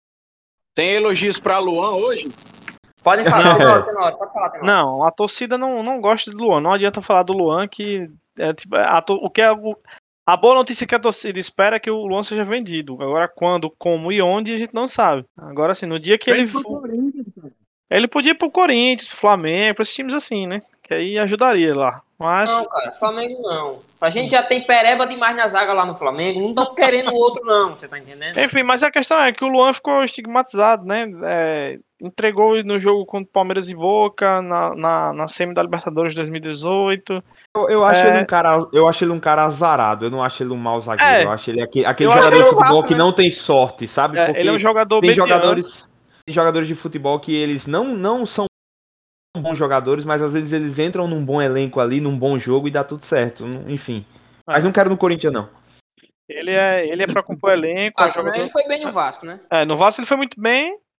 tem elogios para Luan hoje? Podem falar, Tenório, Tenório, pode falar, Tenório. Não, a torcida não, não gosta do Luan. Não adianta falar do Luan que é, tipo, a, to- o que é o- a boa notícia que a torcida espera é que o Luan seja vendido. Agora, quando, como e onde, a gente não sabe. Agora, assim, no dia que ele Vem pro for, Corinthians, cara. ele podia ir pro Corinthians, pro Flamengo, pra esses times assim, né? Que aí ajudaria lá. Mas, Não, cara, Flamengo não. A gente já tem pereba demais na zaga lá no Flamengo. Não estão querendo o outro, não. Você tá entendendo? enfim, mas a questão é que o Luan ficou estigmatizado, né? É, entregou no jogo contra o Palmeiras e Boca, na, na, na semi da Libertadores de dois mil e dezoito. Eu, eu acho É. ele um cara, eu acho ele um cara azarado, eu não acho ele um mau zagueiro, É. eu acho ele aquele, aquele Eu jogador acho de que o futebol Vasco, que né? não tem sorte, sabe? É, Porque ele é um jogador tem mediano. jogadores, tem jogadores de futebol que eles não, não são bons jogadores, mas às vezes eles entram num bom elenco ali, num bom jogo e dá tudo certo, não- enfim. Mas não quero no Corinthians, não. Ele é, ele é pra compor elenco. É um Vasco, né? jogador- Ele foi bem no Vasco, né? É, no Vasco ele foi muito bem.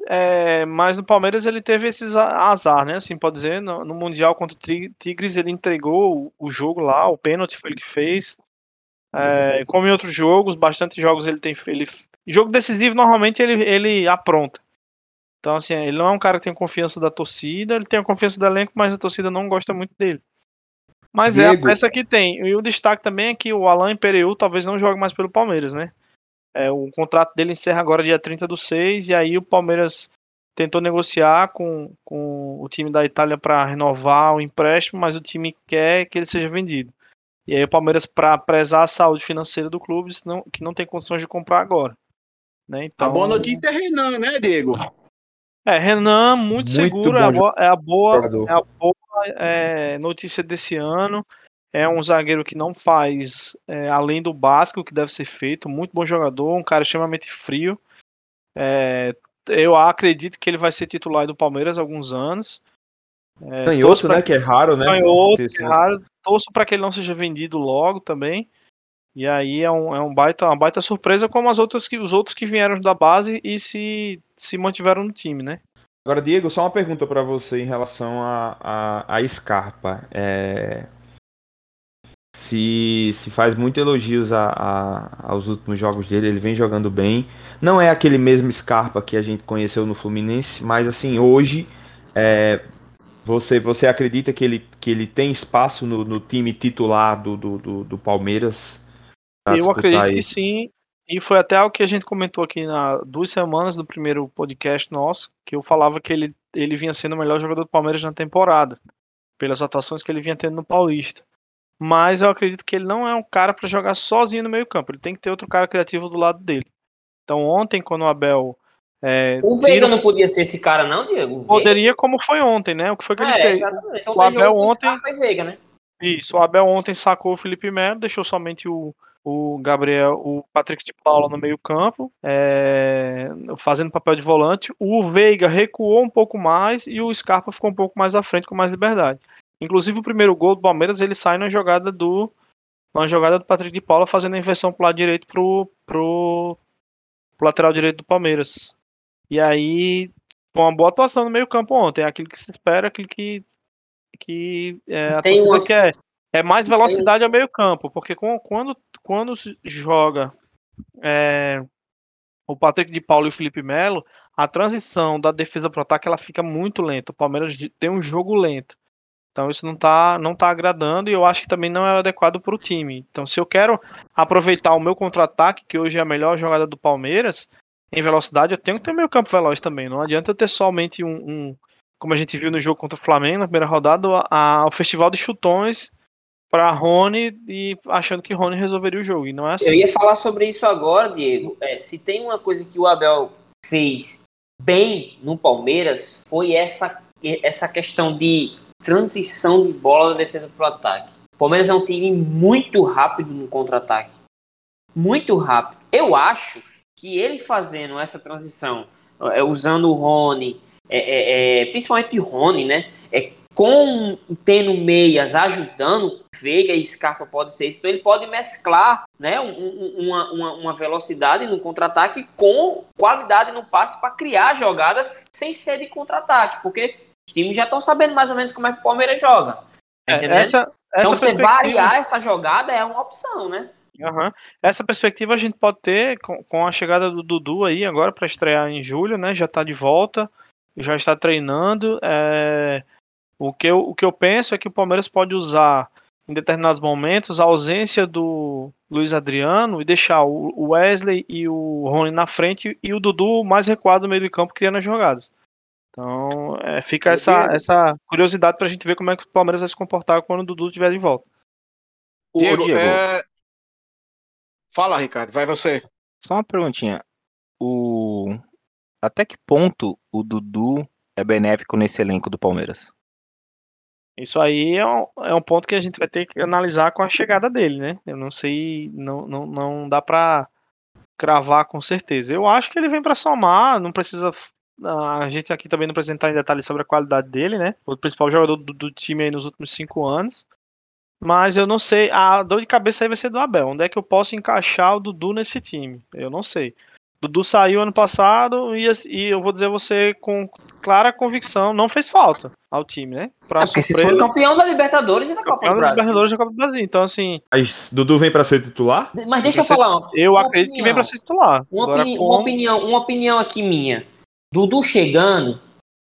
é, mas no Palmeiras ele teve esses azar, né? Assim, pode dizer, no, no Mundial contra o Tigres ele entregou o, o jogo lá, o pênalti foi ele que fez. É, como em outros jogos, bastante jogos ele tem. Ele, jogo decisivo normalmente ele, ele apronta. Então, assim, ele não é um cara que tem confiança da torcida, ele tem a confiança do elenco, mas a torcida não gosta muito dele. Mas Diego. é a peça que tem. E o destaque também é que o Alain Pereu talvez não jogue mais pelo Palmeiras, né? É, o contrato dele encerra agora dia trinta do seis, e aí o Palmeiras tentou negociar com, com o time da Itália para renovar o empréstimo, mas o time quer que ele seja vendido. E aí o Palmeiras, para prezar a saúde financeira do clube, disse não, que não tem condições de comprar agora. Né? Então, a boa notícia é Renan, né, Diego? É, Renan, muito, muito seguro, é a boa, é a boa, jogador. é a boa é, notícia desse ano. É um zagueiro que não faz é, além do básico que deve ser feito, muito bom jogador, um cara extremamente frio. É, eu acredito que ele vai ser titular do Palmeiras há alguns anos. É, Canhoto, né, que é raro, né? Canhoto, que é raro. Torço para que ele não seja vendido logo também. E aí é, um, é um baita, uma baita surpresa, como as outras que, os outros que vieram da base e se, se mantiveram no time, né? Agora, Diego, só uma pergunta para você em relação a, a, a Scarpa. É... Se, se faz muito elogios a, a, aos últimos jogos dele, ele vem jogando bem. Não é aquele mesmo Scarpa que a gente conheceu no Fluminense, mas assim, hoje é, você, você acredita que ele, que ele tem espaço no, no time titular do, do, do, do Palmeiras? Eu acredito que sim, e foi até algo que a gente comentou aqui há duas semanas no primeiro podcast nosso, que eu falava que ele, ele vinha sendo o melhor jogador do Palmeiras na temporada, pelas atuações que ele vinha tendo no Paulista. Mas eu acredito que ele não é um cara para jogar sozinho no meio campo, ele tem que ter outro cara criativo do lado dele. Então ontem, quando o Abel... É, o Veiga tira... não podia ser esse cara não, Diego? O Poderia, Veiga... como foi ontem, né? O que foi que ah, ele é, fez? Exatamente. Então o Abel ontem... foi Veiga, né? Isso, o Abel ontem sacou o Felipe Melo, deixou somente o, o Gabriel, o Patrick de Paula no meio campo, é, fazendo papel de volante. O Veiga recuou um pouco mais e o Scarpa ficou um pouco mais à frente, com mais liberdade. Inclusive o primeiro gol do Palmeiras, ele sai na jogada do na jogada do Patrick de Paula, fazendo a inversão pro lado direito pro, pro, pro lateral direito do Palmeiras. E aí, com uma boa atuação no meio campo ontem, é aquilo que se espera, aquilo que que é, a torcida uma... quer. É mais velocidade tem... ao meio campo, porque com, quando, quando se joga é, o Patrick de Paula e o Felipe Melo, a transição da defesa para o ataque ela fica muito lenta. O Palmeiras tem um jogo lento. Então isso não está não tá agradando e eu acho que também não é adequado para o time. Então se eu quero aproveitar o meu contra-ataque, que hoje é a melhor jogada do Palmeiras, em velocidade, eu tenho que ter o meio campo veloz também. Não adianta eu ter somente um... um como a gente viu no jogo contra o Flamengo, na primeira rodada, a, a, o festival de chutões para Rony e achando que Rony resolveria o jogo. E não é assim. Eu ia falar sobre isso agora, Diego. É, se tem uma coisa que o Abel fez bem no Palmeiras, foi essa, essa questão de transição de bola da defesa para o ataque. O Palmeiras é um time muito rápido no contra-ataque. Muito rápido. Eu acho que ele fazendo essa transição, usando o Rony, É, é, é, principalmente o Rony, né? É, com tendo meias ajudando, Veiga e Scarpa pode ser isso, então ele pode mesclar, né, um, uma, uma, uma velocidade no contra-ataque com qualidade no passe para criar jogadas sem ser de contra-ataque, porque os times já estão sabendo mais ou menos como é que o Palmeiras joga. É, essa, essa então você variar essa jogada é uma opção, né? Uhum. Essa perspectiva a gente pode ter com, com a chegada do Dudu aí agora para estrear em julho, né? Já está de volta. Já está treinando. É... O, que eu, o que eu penso é que o Palmeiras pode usar em determinados momentos a ausência do Luiz Adriano e deixar o Wesley e o Rony na frente e o Dudu mais recuado no meio do campo criando as jogadas. Então é, fica essa, essa curiosidade para a gente ver como é que o Palmeiras vai se comportar quando o Dudu estiver de volta. Diego, Diego. É... fala, Ricardo, vai você. Só uma perguntinha. O... Até que ponto o Dudu é benéfico nesse elenco do Palmeiras? Isso aí é um, é um ponto que a gente vai ter que analisar com a chegada dele, né? Eu não sei, não, não, não dá pra cravar com certeza. Eu acho que ele vem pra somar, não precisa... A gente aqui também não precisa entrar em detalhes sobre a qualidade dele, né? O principal jogador do, do time aí nos últimos cinco anos. Mas eu não sei, a dor de cabeça aí vai ser do Abel. Onde é que eu posso encaixar o Dudu nesse time? Eu não sei. Dudu saiu ano passado e, e eu vou dizer a você com clara convicção, não fez falta ao time, né? Pra É porque surpresa, vocês foram campeão da Libertadores e da Copa campeão do da Brasil. Libertadores da Copa do Brasil. Então, assim, Mas Dudu vem pra ser titular? Mas deixa eu falar uma, eu uma acredito opinião. que vem pra ser titular. Uma, Agora, opini- como... uma opinião, uma opinião aqui minha. Dudu chegando,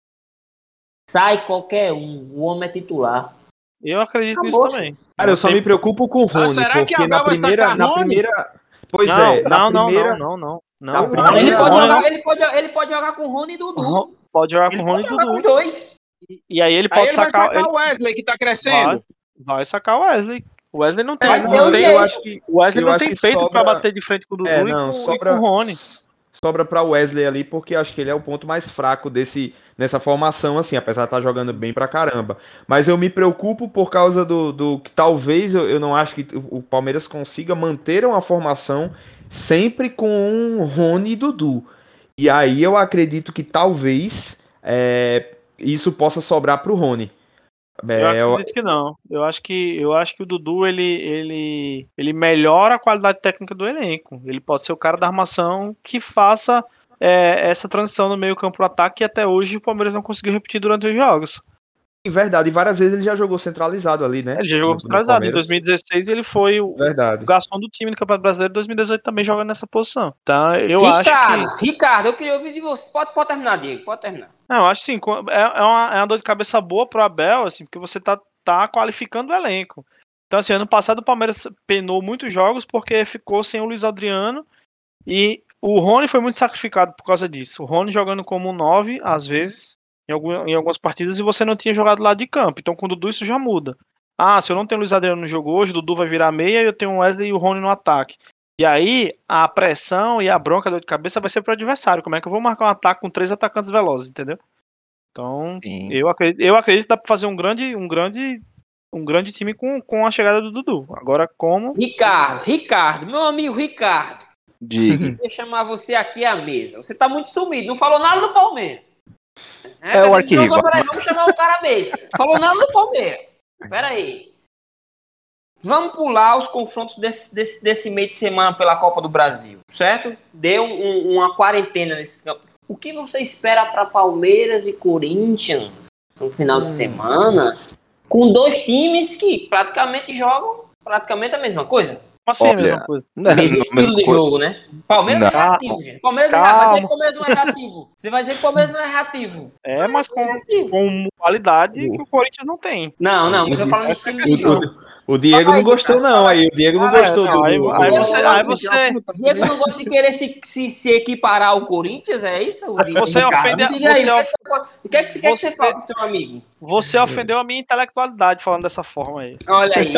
sai qualquer um. O homem é titular. Eu acredito Acabou, nisso também. Cara, eu só Tem- me preocupo com o Rony, Ah, será que porque na Abel vai primeira, sacar na Rony? primeira... Pois não, é, na não, não, primeira... não, não, não, não. Na Não, primeira- Ele Rony- pode, Rony- jogar, ele, pode, ele pode jogar com o Rony e Dudu. Ron- Pode jogar com Ele o Rony pode e jogar com Dudu. os dois. E aí ele Aí pode ele vai sacar. sacar Ele o Wesley, que tá vai, crescendo. vai sacar o Wesley. O Wesley não tem. Vai É, ser não, o eu jeito. acho que O Wesley eu não acho tem que peito sobra- pra bater de frente com o Dudu É, e, não, com, e sobra, com o Rony. sobra pra Wesley ali, porque acho que ele é o ponto mais fraco desse, nessa formação, assim, apesar de estar jogando bem pra caramba. Mas eu me preocupo por causa do, do que talvez eu, eu não acho que o Palmeiras consiga manter uma formação sempre com Rony e Dudu. E aí eu acredito que talvez é, isso possa sobrar pro Rony. É, Eu eu- acredito que não. Eu acho que, eu acho que o Dudu ele, ele, ele melhora a qualidade técnica do elenco. Ele pode ser o cara da armação que faça é, essa transição no meio-campo pro ataque que até hoje o Palmeiras não conseguiu repetir durante os jogos. em verdade, várias vezes ele já jogou centralizado ali, né? Ele já jogou No- no centralizado. Em Palmeiras. dois mil e dezesseis ele foi o, Verdade. o garçom do time no Campeonato Brasileiro. Em dois mil e dezoito também joga nessa posição. Então eu acho Ricardo, que... Ricardo, eu queria ouvir de você. Pode, pode terminar, Diego, pode terminar. Não, eu acho sim, é, é, uma, é uma dor de cabeça boa pro Abel, assim, porque você tá, tá qualificando o elenco. Então, assim, ano passado o Palmeiras penou muitos jogos porque ficou sem o Luiz Adriano e o Rony foi muito sacrificado por causa disso. O Rony jogando como nove, às vezes, em, algum, em algumas partidas, e você não tinha jogado lá de campo. Então, com o Dudu, isso já muda. Ah, se eu não tenho o Luiz Adriano no jogo hoje, o Dudu vai virar meia e eu tenho o Wesley e o Rony no ataque. E aí, a pressão e a bronca, a dor de cabeça vai ser pro adversário. Como é que eu vou marcar um ataque com três atacantes velozes, entendeu? Então, Sim. eu acredito, eu acredito que dá pra fazer um grande, um grande, um grande time com, com a chegada do Dudu. Agora, como... Ricardo, Ricardo, meu amigo Ricardo. Diga. Vou chamar você aqui à mesa. Você tá muito sumido, não falou nada do Palmeiras. É o arquivo. Então, peraí, vamos chamar o cara à mesa. Falou nada do Palmeiras. Pera aí. Vamos pular os confrontos desse, desse, desse meio de semana pela Copa do Brasil, certo? Deu um- uma quarentena nesse campo. O que você espera para Palmeiras e Corinthians no final de semana com dois times que praticamente jogam praticamente a mesma coisa? Assim, a Olha, mesma coisa. Não, Mesmo não, estilo de co- jogo, né? Palmeiras Não. é reativo, gente. Palmeiras é Calma. reativo. Vai dizer que o Palmeiras não é reativo. Você vai dizer que o Palmeiras não é reativo. É, mas com, Reativo. com qualidade que o Corinthians não tem. Não, não, mas eu falo de estilo de jogo. O Diego Fala aí, não gostou, Ricardo, não. fala Aí o Diego não Ah, gostou não, do. aí- do- aí do- você- aí você- Diego não gosta de querer se, se, se equiparar ao Corinthians, é isso? Você Ricardo? ofende a- Me diga aí, você o que, é que você- o que, é que você quer que você você- fale pro seu amigo? Você ofendeu a minha intelectualidade falando dessa forma aí. Olha aí.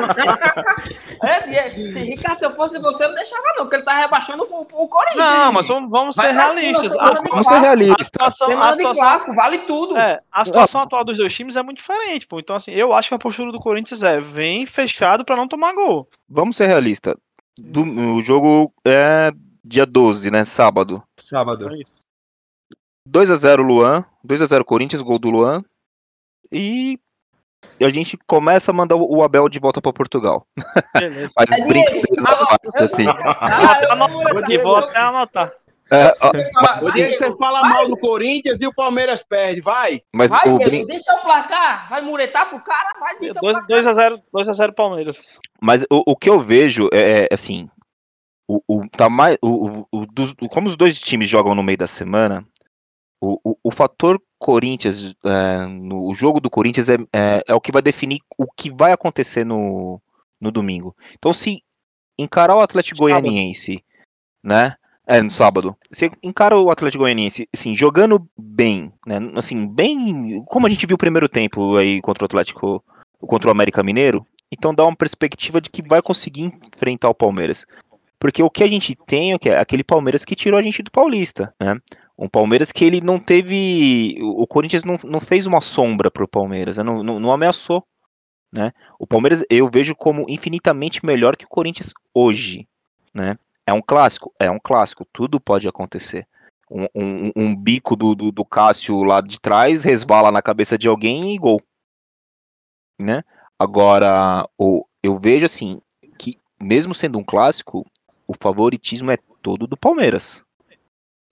é, Diego, se Ricardo, se eu fosse você, eu não deixava não, porque ele tá rebaixando o, o Corinthians. Não, hein? mas vamos, vamos Vai ser pra cima, realistas. semana A, de Vamos ser clássico. realistas. a situação, Semana a de situação, clássico, vale tudo. é, a situação atual dos dois times é muito diferente, pô. Então, assim, eu acho que a postura do Corinthians é vem fechado pra não tomar gol. Vamos ser realistas. Do- o jogo é dia doze, né? Sábado. Sábado. É isso. dois a zero Luan. dois a zero Corinthians, gol do Luan. E a gente começa a mandar o Abel de volta para Portugal. Beleza. Mas É, brincadeira Diego, na agora- parte, assim. Ah, eu Anota- vou- E vou até anotar. É, ó, Vai, O Diego, você fala vai, mal do Corinthians e o Palmeiras perde, vai. mas vai, o Diego, brin- deixa o placar. Vai muretar pro cara? Vai, deixa o placar. dois a zero dois a zero Palmeiras. Mas o, o que eu vejo é, é, assim, o, o, tá mais, o, o, o dos- o- como os dois times jogam no meio da semana, o, o, o fator Corinthians, é, no o jogo do Corinthians é, é, é o que vai definir o que vai acontecer no, no domingo. Então, se encarar o Atlético Goianiense, né? É, no sábado. Se encara o Atlético Goianiense, assim, jogando bem, né? Assim, bem. Como a gente viu o primeiro tempo aí contra o Atlético, contra o América Mineiro, então dá uma perspectiva de que vai conseguir enfrentar o Palmeiras. Porque o que a gente tem é que é aquele Palmeiras que tirou a gente do Paulista, né? Um Palmeiras que ele não teve. O Corinthians não, não fez uma sombra pro Palmeiras, né? não, não, não ameaçou, né? O Palmeiras eu vejo como infinitamente melhor que o Corinthians hoje, né? É um clássico? É um clássico, tudo pode acontecer. Um, um, um bico do, do, do Cássio lá de trás resvala na cabeça de alguém e gol, né? Agora, o, eu vejo assim, que mesmo sendo um clássico, o favoritismo é todo do Palmeiras.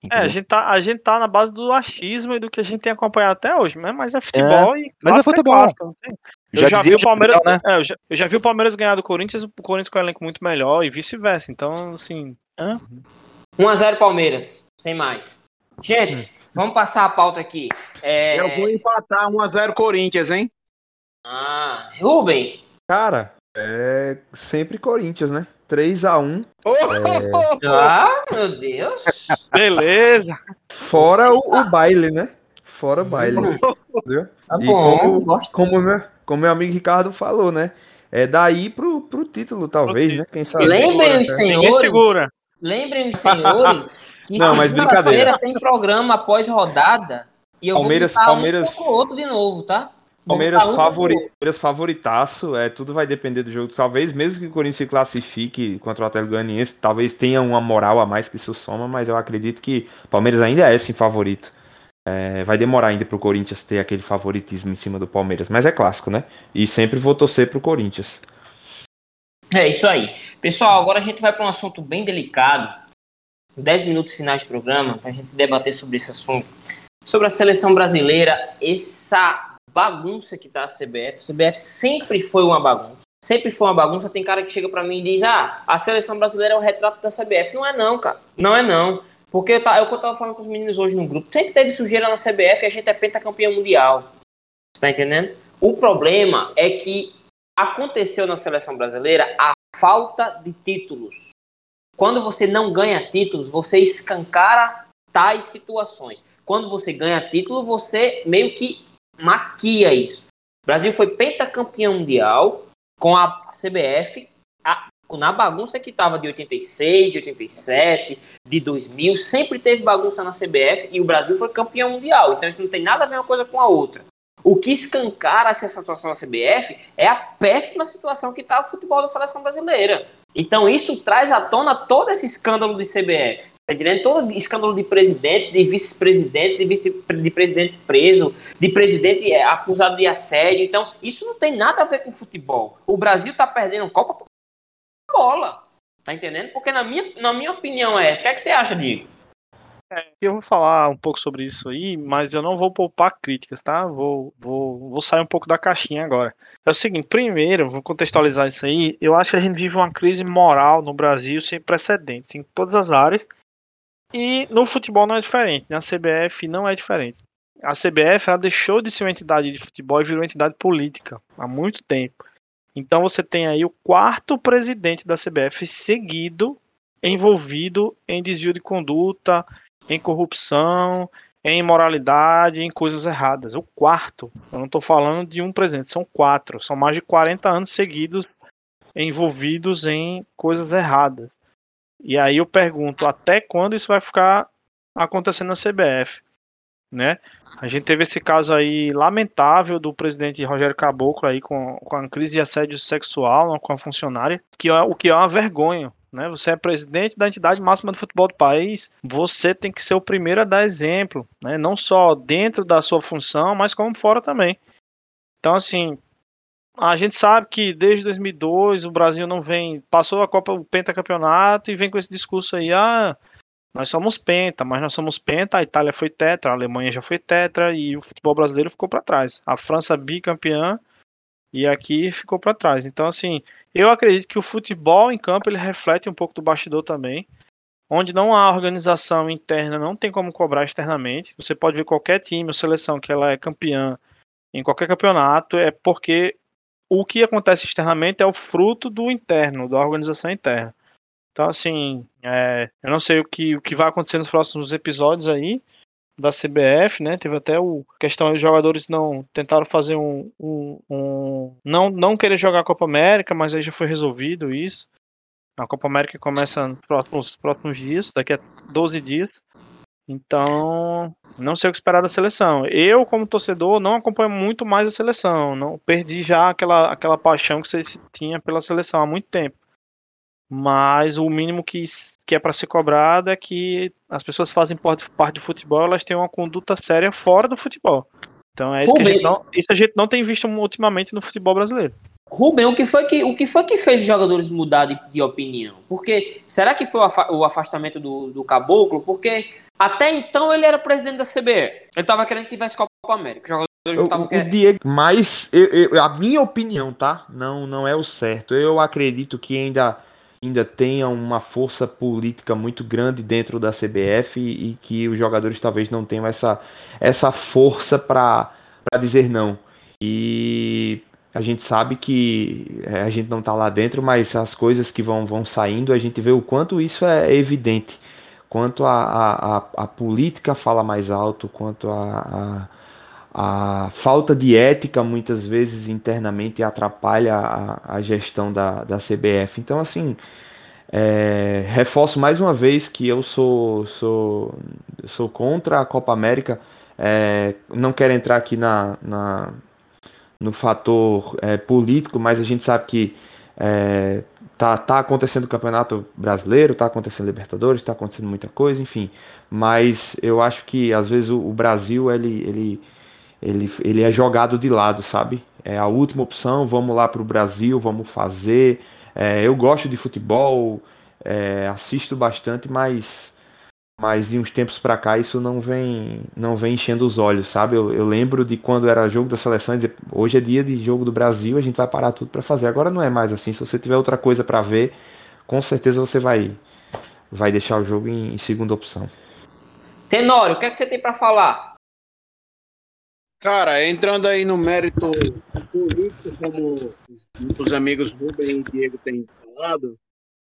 É, a gente, tá, a gente tá na base do achismo e do que a gente tem acompanhado até hoje, né? Mas é futebol é, e mas é futebol. É clássico, eu já, já vi o Palmeiras, né? é, eu, já, eu já vi o Palmeiras ganhar do Corinthians, o Corinthians com um elenco muito melhor e vice-versa. Então, assim. É. um a zero Palmeiras, sem mais. Gente, hum. vamos passar a pauta aqui. É... Eu vou empatar um a zero Corinthians, hein? Ah, Rubem. Cara, é sempre Corinthians, né? três a um. Oh, é... Ah, meu Deus. Beleza. Fora o, o baile, né? Fora o baile. Entendeu? Tá e bom, como, gosto. como, meu, como meu amigo Ricardo falou, né? É daí pro, pro título, talvez, pro né? Quem sabe? Lembrem os senhores. Lembrem os senhores que segunda-feira tem programa após rodada e eu Palmeiras, vou botar Palmeiras... um contra o outro de novo, tá? Palmeiras, favori... Palmeiras favoritaço, é, tudo vai depender do jogo. Talvez, mesmo que o Corinthians se classifique contra o Atlético Goianiense, talvez tenha uma moral a mais que isso soma, mas eu acredito que o Palmeiras ainda é sim favorito. É, vai demorar ainda pro Corinthians ter aquele favoritismo em cima do Palmeiras, mas é clássico, né? E sempre vou torcer pro Corinthians. É isso aí. Pessoal, agora a gente vai para um assunto bem delicado. dez minutos finais de programa, para a gente debater sobre esse assunto. Sobre a seleção brasileira, essa bagunça que tá a C B F. A C B F sempre foi uma bagunça. Sempre foi uma bagunça. Tem cara que chega pra mim e diz: ah, a seleção brasileira é o retrato da C B F. Não é não, cara. Não é não. Porque eu tá, é o que eu tava falando com os meninos hoje no grupo. Sempre teve sujeira na C B F e a gente é pentacampeão mundial. Você tá entendendo? O problema é que aconteceu na seleção brasileira a falta de títulos. Quando você não ganha títulos, você escancara tais situações. Quando você ganha título, você meio que maquia isso. O Brasil foi pentacampeão mundial com a C B F a, na bagunça que estava de oitenta e seis, de oitenta e sete, de dois mil. Sempre teve bagunça na C B F e o Brasil foi campeão mundial. Então isso não tem nada a ver uma coisa com a outra. O que escancara essa situação na C B F é a péssima situação que está o futebol da seleção brasileira. Então isso traz à tona todo esse escândalo de C B F. Tá entendendo? Todo escândalo de presidente, de vice-presidente, de, vice, de presidente preso, de presidente acusado de assédio. Então, isso não tem nada a ver com futebol. O Brasil tá perdendo Copa por bola. Tá entendendo? Porque na minha, na minha opinião é essa. O que é que você acha, Diego? É, eu vou falar um pouco sobre isso aí, mas eu não vou poupar críticas, tá? Vou, vou, vou sair um pouco da caixinha agora. É o seguinte, primeiro, vou contextualizar isso aí. Eu acho que a gente vive uma crise moral no Brasil sem precedentes, em todas as áreas. E no futebol não é diferente, na C B F não é diferente. A C B F ela deixou de ser uma entidade de futebol e virou uma entidade política há muito tempo. Então você tem aí o quarto presidente da C B F seguido envolvido em desvio de conduta, em corrupção, em imoralidade, em coisas erradas. O quarto, eu não estou falando de um presidente, são quatro. São mais de quarenta anos seguidos envolvidos em coisas erradas. E aí eu pergunto, até quando isso vai ficar acontecendo na C B F? Né? A gente teve esse caso aí lamentável do presidente Rogério Caboclo aí com, com a crise de assédio sexual com a funcionária, que é, o que é uma vergonha. Né? Você é presidente da entidade máxima do futebol do país, você tem que ser o primeiro a dar exemplo, né? Não só dentro da sua função, mas como fora também. Então, assim, a gente sabe que desde dois mil e dois o Brasil não vem, passou a Copa, o pentacampeonato e vem com esse discurso aí, ah, nós somos penta, mas nós somos penta, a Itália foi tetra, a Alemanha já foi tetra e o futebol brasileiro ficou para trás. A França bicampeã e aqui ficou para trás. Então, assim, eu acredito que o futebol em campo ele reflete um pouco do bastidor também, onde não há organização interna, não tem como cobrar externamente. Você pode ver qualquer time ou seleção que ela é campeã em qualquer campeonato, é porque o que acontece externamente é o fruto do interno, da organização interna. Então, assim, é, eu não sei o que, o que vai acontecer nos próximos episódios aí da C B F, né? Teve até o questão dos jogadores não tentaram fazer um, um, um não, não querer jogar a Copa América, mas aí já foi resolvido isso. A Copa América começa nos próximos, próximos dias, daqui a doze dias. Então, não sei o que esperar da seleção. Eu, como torcedor, não acompanho muito mais a seleção. Não perdi já aquela, aquela paixão que você tinha pela seleção há muito tempo. Mas o mínimo que, que é para ser cobrado é que as pessoas que fazem parte, parte do futebol, elas têm uma conduta séria fora do futebol. Então é isso que a gente não, isso a gente não tem visto ultimamente no futebol brasileiro. Rubem, o que foi que, o que, foi que fez os jogadores mudar de, de opinião? Porque, será que foi o, afa- o afastamento do, do Caboclo? Porque até então ele era presidente da C B F. Ele estava querendo que tivesse Copa América. Os jogadores não O, estavam o querendo. Diego, mas eu, eu- a minha opinião, tá? Não, não é o certo. Eu acredito que ainda, ainda tenha uma força política muito grande dentro da C B F e, e que os jogadores talvez não tenham essa, essa força para para dizer não. E a gente sabe que é, a gente não tá lá dentro, mas as coisas que vão, vão saindo, a gente vê o quanto isso é evidente. Quanto a, a, a, a política fala mais alto, quanto a, a, a falta de ética muitas vezes internamente atrapalha a, a gestão da, da C B F. Então, assim, é, reforço mais uma vez que eu sou, sou, sou contra a Copa América. É, não quero entrar aqui na, na, no fator é, político, mas a gente sabe que é, tá, tá acontecendo o Campeonato Brasileiro, tá acontecendo Libertadores, tá acontecendo muita coisa, enfim. Mas eu acho que às vezes o, o Brasil ele, ele, ele, ele é jogado de lado, sabe? É a última opção, vamos lá para o Brasil, vamos fazer. É, eu gosto de futebol, é, assisto bastante, mas mas de uns tempos pra cá isso não vem não vem enchendo os olhos, sabe? Eu, eu lembro de quando era jogo da seleção, e dizer, hoje é dia de jogo do Brasil, a gente vai parar tudo pra fazer. Agora não é mais assim. Se você tiver outra coisa pra ver, com certeza você vai vai deixar o jogo em, em segunda opção. Tenório, o que é que você tem para falar? Cara, entrando aí no mérito político, como os, os amigos Rubem e Diego têm falado,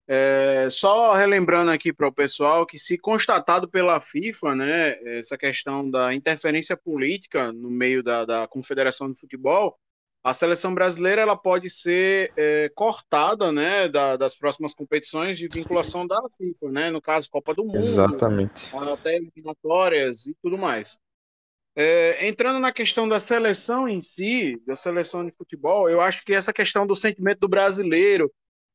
é, só relembrando aqui para o pessoal que, se constatado pela FIFA, né, essa questão da interferência política no meio da, da Confederação de Futebol, a seleção brasileira ela pode ser é, cortada, né, da, das próximas competições de vinculação da FIFA, né, no caso Copa do Mundo, Exatamente. até eliminatórias e tudo mais. É, entrando na questão da seleção em si, da seleção de futebol, eu acho que essa questão do sentimento do brasileiro,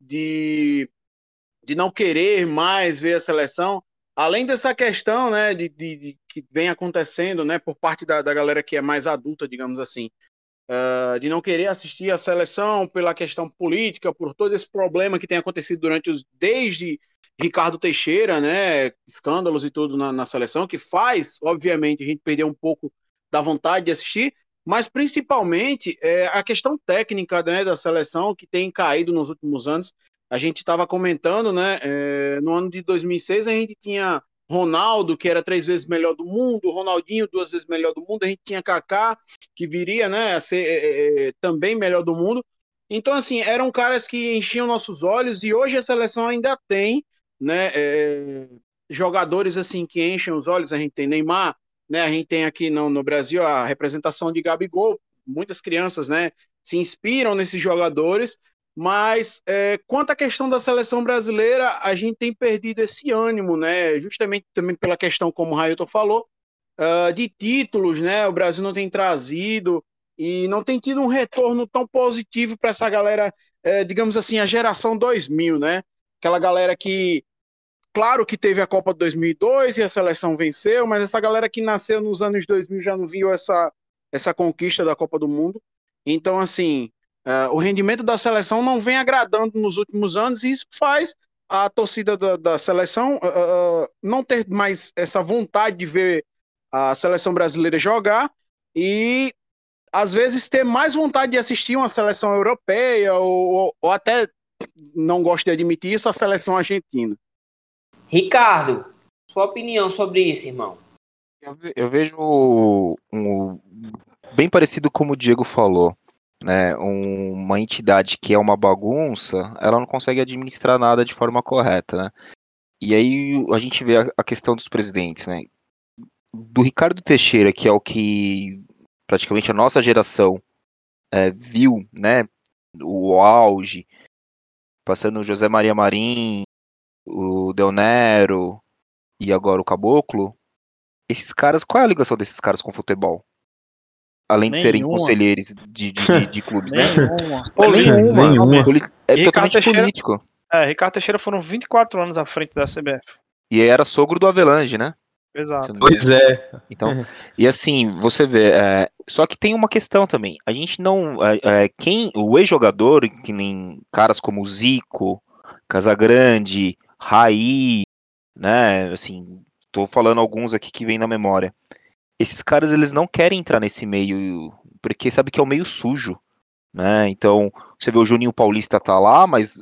de, de não querer mais ver a seleção, além dessa questão, né, de, de, de que vem acontecendo, né, por parte da, da galera que é mais adulta, digamos assim, uh, de não querer assistir a seleção pela questão política, por todo esse problema que tem acontecido durante os, desde Ricardo Teixeira, né, escândalos e tudo na, na seleção, que faz, obviamente, a gente perder um pouco da vontade de assistir, mas principalmente é, a questão técnica, né, da seleção, que tem caído nos últimos anos. A gente estava comentando, né, é, no ano de dois mil e seis a gente tinha Ronaldo, que era três vezes melhor do mundo, Ronaldinho, duas vezes melhor do mundo, a gente tinha Kaká, que viria, né, a ser é, é, também melhor do mundo. Então, assim, eram caras que enchiam nossos olhos, e hoje a seleção ainda tem, né, é, jogadores assim que enchem os olhos. A gente tem Neymar, né, a gente tem aqui no, no Brasil a representação de Gabigol. Muitas crianças, né, se inspiram nesses jogadores, mas é, quanto à questão da seleção brasileira, a gente tem perdido esse ânimo, né, justamente também pela questão, como o Railton falou, uh, de títulos, né, o Brasil não tem trazido e não tem tido um retorno tão positivo para essa galera, é, digamos assim, a geração dois mil, né, aquela galera que, claro que teve a Copa de dois mil e dois e a seleção venceu, mas essa galera que nasceu nos anos dois mil já não viu essa, essa conquista da Copa do Mundo. Então, assim, uh, o rendimento da seleção não vem agradando nos últimos anos, e isso faz a torcida da, da seleção uh, uh, não ter mais essa vontade de ver a seleção brasileira jogar e, às vezes, ter mais vontade de assistir uma seleção europeia ou, ou até, não gosto de admitir isso, a seleção argentina. Ricardo, sua opinião sobre isso, irmão? Eu, ve- eu vejo um, bem parecido como o Diego falou, né? Um- uma entidade que é uma bagunça, ela não consegue administrar nada de forma correta, né? E aí a gente vê a, a questão dos presidentes, né? Do Ricardo Teixeira, que é o que praticamente a nossa geração é, viu, né? O auge, passando o José Maria Marim, o Del Nero e agora o Caboclo. Esses caras, qual é a ligação desses caras com futebol? Além de serem Nenhuma. conselheiros de, de, de, de clubes, né? Nenhuma. Nenhuma. Nenhuma. Poli- É E totalmente Ricardo Teixeira- político. É, Ricardo Teixeira foram vinte e quatro anos à frente da C B F. E era sogro do Avelange, né? Exato. Pois é. Então, e assim, você vê, é, só que tem uma questão também. A gente não, é, é, quem, o ex-jogador, que nem caras como Zico, Casagrande, Raí, né, assim, tô falando alguns aqui que vêm na memória. Esses caras, eles não querem entrar nesse meio, porque sabe que é um meio sujo, né? Então, você vê o Juninho Paulista tá lá, mas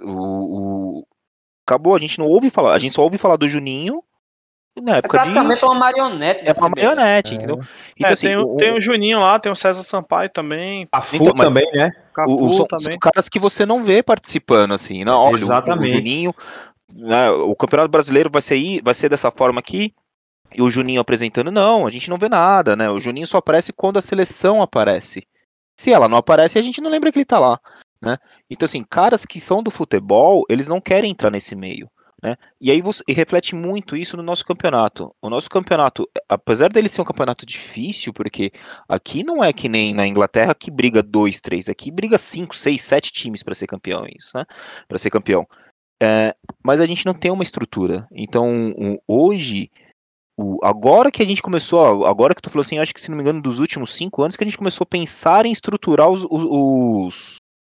o, o- acabou, a gente não ouve falar, a gente só ouve falar do Juninho na É época de praticamente uma marionete é da uma C B F. marionete, entendeu? Então É, assim, tem, o- o, tem o- o Juninho lá, tem o César Sampaio também, A Fu então, mas também, né? o, o- Cafu são, são também. caras que você não vê participando assim, não, olha, o, Ju- o Exatamente. Juninho, né, o Campeonato Brasileiro vai ser aí, vai ser dessa forma aqui, e o Juninho apresentando, não, a gente não vê nada, né? O Juninho só aparece quando a seleção aparece. Se ela não aparece, a gente não lembra que ele tá lá, né? Então, assim, caras que são do futebol, eles não querem entrar nesse meio, né? E aí você e reflete muito isso no nosso campeonato. O nosso campeonato, apesar dele ser um campeonato difícil, porque aqui não é que nem na Inglaterra que briga dois, três, aqui briga cinco, seis, sete times para ser campeões, né? Para ser campeão. É, mas a gente não tem uma estrutura. Então, o- hoje o- agora que a gente começou, agora que tu falou assim, acho que se não me engano, dos últimos cinco anos que a gente começou a pensar em estruturar os, os, os,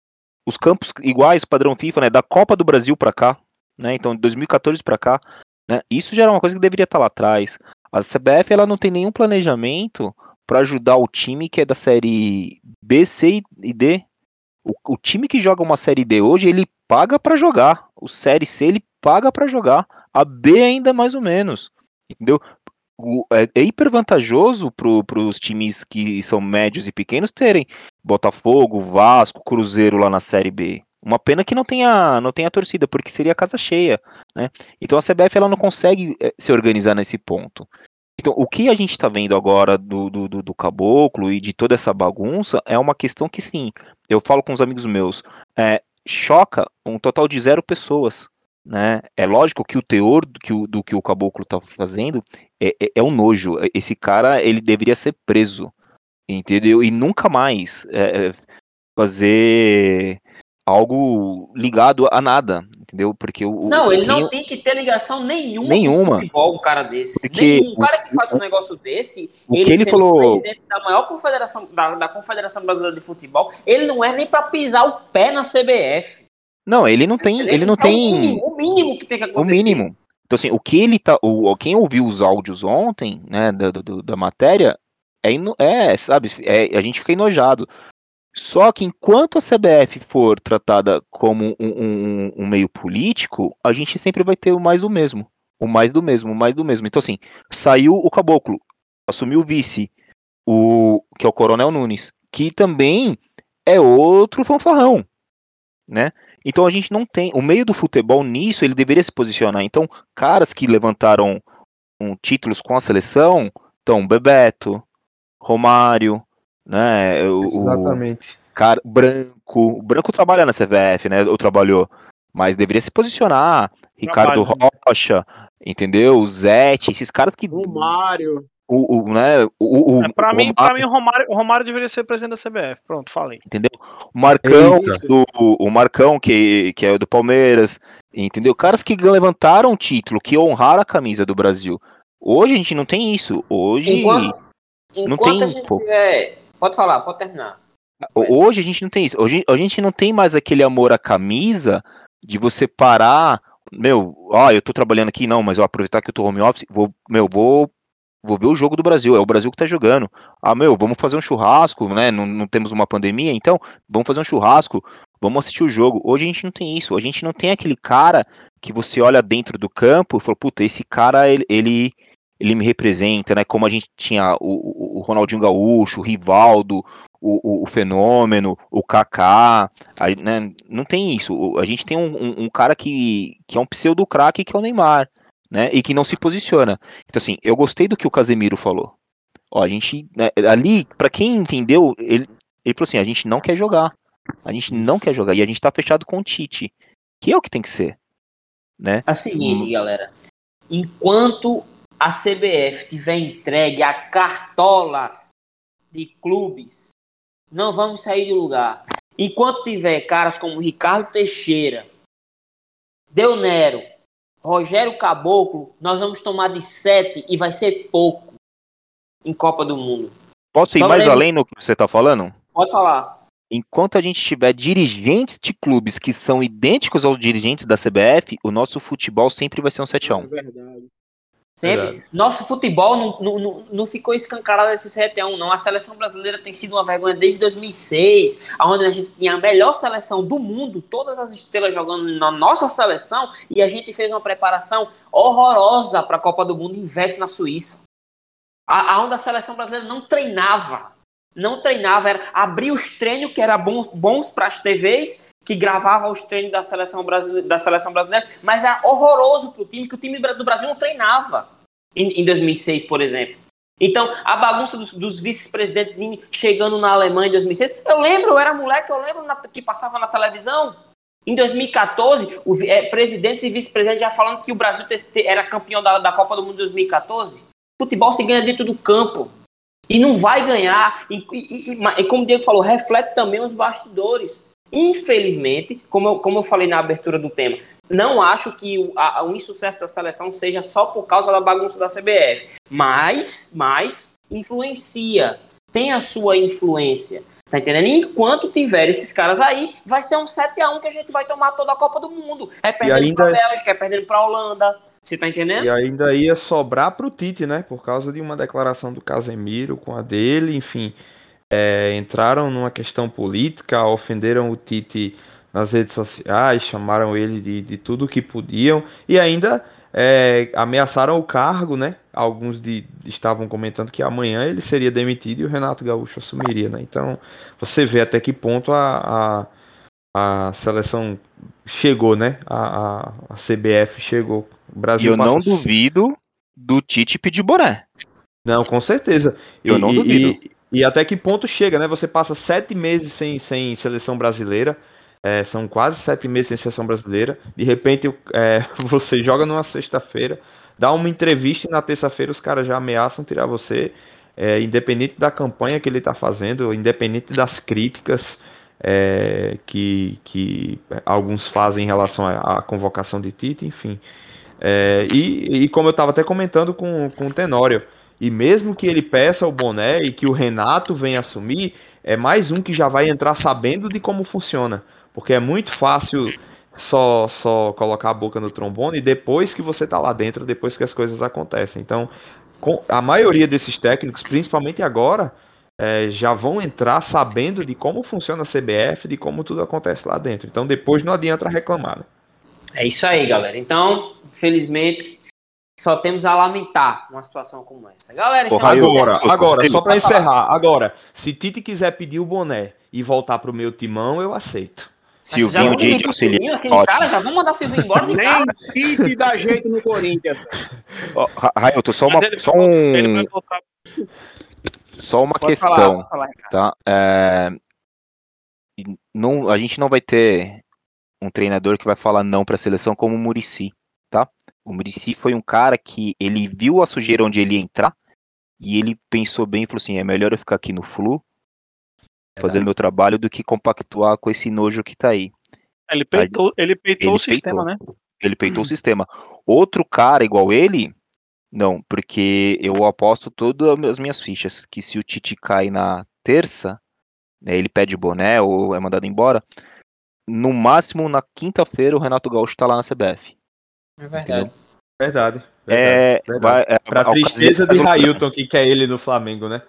os campos iguais, padrão FIFA, né? Da Copa do Brasil pra cá, né? Então, de dois mil e quatorze pra cá, né? Isso já era uma coisa que deveria estar lá atrás. A C B F ela não tem nenhum planejamento para ajudar o time que é da série B, C e D. O, o time que joga uma série D hoje, ele paga pra jogar. O série C ele paga pra jogar. A B ainda mais ou menos. Entendeu? O- é, é hiper vantajoso para os times que são médios e pequenos terem Botafogo, Vasco, Cruzeiro lá na Série B. Uma pena que não tenha, não tenha torcida, porque seria casa cheia, né? Então a C B F ela não consegue eh, se organizar nesse ponto. Então, o que a gente está vendo agora do, do, do, do caboclo e de toda essa bagunça é uma questão que, sim, eu falo com os amigos meus, é, choca um total de zero pessoas, né? É lógico que o teor do que o, do que o caboclo está fazendo é, é, é um nojo. Esse cara, ele deveria ser preso, entendeu? E nunca mais é, é, fazer algo ligado a nada, entendeu? Porque o, Não, o ele quem, não tem que ter ligação nenhuma com nenhuma, futebol, um cara desse. porque Nenhum. Um o, cara que faz um o, negócio desse, o que ele ele sendo falou. presidente da maior confederação, da, da Confederação Brasileira de Futebol, ele não é nem para pisar o pé na C B F. Não, ele não tem, ele Entendeu? não Isso é o tem mínimo, o mínimo que tem que o acontecer. mínimo. Então, assim, o que ele tá. O, quem ouviu os áudios ontem, né, da, do- da matéria, é, ino- é sabe, é, a gente fica enojado. Só que enquanto a C B F for tratada como um, um- um meio político, a gente sempre vai ter o mais do mesmo. O mais do mesmo, o mais do mesmo. Então, assim, saiu o caboclo, assumiu o vice, o, que é o Coronel Nunes, que também é outro fanfarrão, né? Então a gente não tem. O meio do futebol nisso ele deveria se posicionar. Então, caras que levantaram um, títulos com a seleção, então Bebeto, Romário, né? O, o Exatamente. cara Branco, o Branco trabalha na C V F, né? Ou trabalhou, mas deveria se posicionar. Ricardo Trabalho. Rocha, entendeu? O Zete, esses caras que O Mário. o, o, né, o, o, É, pra o mim, pra mim Romário, o, Romário, o Romário deveria ser presidente da C B F. Pronto, falei. entendeu? O Marcão, Eita. do, o Marcão, que, que é do Palmeiras, entendeu? Caras que levantaram o título, que honraram a camisa do Brasil. Hoje a gente não tem isso. Hoje Enquanto, não enquanto a tem, gente pô, tiver. Pode falar, pode terminar. hoje a gente não tem isso. Hoje a gente não tem mais aquele amor à camisa de você parar, meu, ó, eu tô trabalhando aqui, não, mas eu aproveitar que eu tô home office, vou, meu, vou Vou ver o jogo do Brasil, é o Brasil que tá jogando. Ah, meu, vamos fazer um churrasco, né? Não, não temos uma pandemia, então vamos fazer um churrasco, vamos assistir o jogo. Hoje a gente não tem isso, a gente não tem aquele cara que você olha dentro do campo e fala, puta, esse cara, ele, ele, ele me representa, né? Como a gente tinha o, o, o Ronaldinho Gaúcho, o Rivaldo, o, o, o Fenômeno, o Kaká, a, né? Não tem isso. O- A gente tem um, um, um cara que, que é um pseudo craque, que é o Neymar, né? E que não se posiciona. Então, assim, eu gostei do que o Casemiro falou. Ó, a gente, né, ali, pra quem entendeu, ele, ele falou assim: a gente não quer jogar. A gente não quer jogar. E a gente tá fechado com o Tite, que é o que tem que ser, né? É o seguinte, Hum, galera. Enquanto a C B F tiver entregue a cartolas de clubes, não vamos sair do lugar. Enquanto tiver caras como Ricardo Teixeira, Del Nero, Rogério Caboclo, nós vamos tomar de sete e vai ser pouco em Copa do Mundo. Posso ir Então, mais veremos. além no que você tá falando? Pode falar. Enquanto a gente tiver dirigentes de clubes que são idênticos aos dirigentes da C B F, o nosso futebol sempre vai ser um sete a um. É verdade. Sempre. Verdade. Nosso futebol não, não, não, não ficou escancarado esse sete a um, não. A seleção brasileira tem sido uma vergonha desde dois mil e seis, onde a gente tinha a melhor seleção do mundo, todas as estrelas jogando na nossa seleção, e a gente fez uma preparação horrorosa para a Copa do Mundo em Vex, na Suíça. A, a onde a seleção brasileira não treinava. Não treinava, era abrir os treinos que eram bons, bons para as T Vs, que gravavam os treinos da seleção brasileira, da seleção brasileira, mas era horroroso para o time, que o time do Brasil não treinava em, em dois mil e seis, por exemplo. Então, a bagunça dos, dos vice-presidentes chegando na Alemanha em dois mil e seis, eu lembro, eu era moleque, eu lembro na, que passava na televisão. Em dois mil e quatorze, o, é, presidentes e vice-presidentes já falando que o Brasil te, te, era campeão da, da Copa do Mundo em dois mil e quatorze. Futebol se ganha dentro do campo. E não vai ganhar. E, e, e, e como o Diego falou, reflete também os bastidores. Infelizmente, como eu, como eu falei na abertura do tema, não acho que o, a, o insucesso da seleção seja só por causa da bagunça da C B F. Mas, mas influencia. Tem a sua influência. Tá entendendo? E enquanto tiver esses caras aí, vai ser um sete a um que a gente vai tomar toda a Copa do Mundo. É perdendo ainda... pra Bélgica, é perdendo pra Holanda. Você tá entendendo? E ainda ia sobrar pro Tite, né? Por causa de uma declaração do Casemiro com a dele, enfim. É, entraram numa questão política, ofenderam o Tite nas redes sociais, chamaram ele de, de tudo que podiam e ainda é, ameaçaram o cargo, né? Alguns de, estavam comentando que amanhã ele seria demitido e o Renato Gaúcho assumiria, né? Então você vê até que ponto a, a, a seleção chegou, né? A, a, a C B F chegou. O Brasil E eu não passa... duvido do Tite pedir boné. Não, com certeza. Eu e, não e, duvido. E, e até que ponto chega, né? Você passa sete meses sem, sem seleção brasileira. É, são quase sete meses sem seleção brasileira. De repente, é, você joga numa sexta-feira, dá uma entrevista e na terça-feira os caras já ameaçam tirar você. É, independente da campanha que ele está fazendo, independente das críticas é, que, que alguns fazem em relação à, à convocação de Tite, enfim. É, e, e como eu estava até comentando com, com o Tenório, e mesmo que ele peça o boné e que o Renato venha assumir, é mais um que já vai entrar sabendo de como funciona. Porque é muito fácil só, só colocar a boca no trombone depois que você tá lá dentro, depois que as coisas acontecem. Então, com, a maioria desses técnicos, principalmente agora, é, já vão entrar sabendo de como funciona a C B F, de como tudo acontece lá dentro. Então, depois não adianta reclamar, né? É isso aí, galera. Então, infelizmente, só temos a lamentar uma situação como essa. Galera, Porra, estamos... Agora, eu- agora, eu- só pra Pode falar. encerrar, agora, se Tite quiser pedir o boné e voltar pro meu timão, eu aceito. Mas já Silvinho vamos de demitir o auxiliar. Silvinho assim de Ótimo. cara? Já vamos mandar o Silvinho embora de cara? Nem Tite dá jeito no Corinthians. Ó, Ra- Railton, só uma, Mas ele só vai- ele um, vai voltar. só uma Pode falar, questão, pode falar, Ricardo. tá? É, não, a gente não vai ter um treinador que vai falar não para a seleção como o Muricy, tá? O Muricy foi um cara que ele viu a sujeira onde ele ia entrar e ele pensou bem e falou assim, é melhor eu ficar aqui no Flu, fazendo meu trabalho, do que compactuar com esse nojo que tá aí. Ele peitou, ele peitou Ele o sistema, né? Ele peitou o sistema. Outro cara igual ele, não, porque eu aposto todas as minhas fichas que se o Tite cai na terça, né, ele pede boné ou é mandado embora, no máximo na quinta-feira o Renato Gaúcho tá lá na C B F. É verdade. Verdade. É, verdade. vai, é, Pra a tristeza ocasião de faz o Railton, que quer ele no Flamengo, né?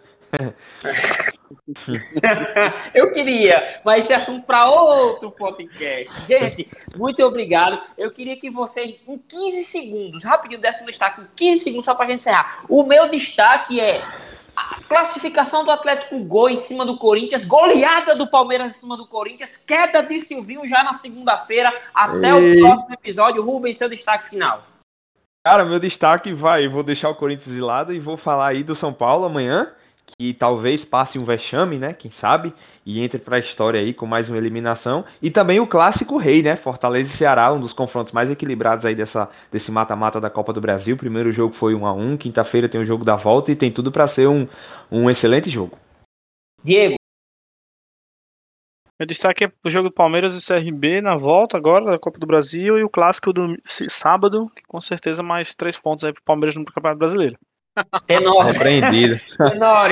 Eu queria, mas esse assunto para outro podcast. Gente, muito obrigado. Eu queria que vocês, em quinze segundos, rapidinho, dessem um destaque, em quinze segundos, só para a gente encerrar. O meu destaque é a classificação do Atlético Gol em cima do Corinthians, goleada do Palmeiras em cima do Corinthians, queda de Silvinho já na segunda-feira. Até Ei. o próximo episódio. Rubens, seu destaque final. Cara, meu destaque vai, vou deixar o Corinthians de lado e vou falar aí do São Paulo amanhã, que talvez passe um vexame, né, quem sabe, e entre pra história aí com mais uma eliminação, e também o clássico rei, né, Fortaleza e Ceará, um dos confrontos mais equilibrados aí dessa, desse mata-mata da Copa do Brasil. O primeiro jogo foi um a um, quinta-feira tem o jogo da volta e tem tudo pra ser um, um excelente jogo. Diego. Meu destaque é o jogo do Palmeiras e C R B na volta agora da Copa do Brasil e o clássico do sábado, que com certeza mais três pontos aí pro Palmeiras no Campeonato Brasileiro. Tenório. Repreendido. Tenório.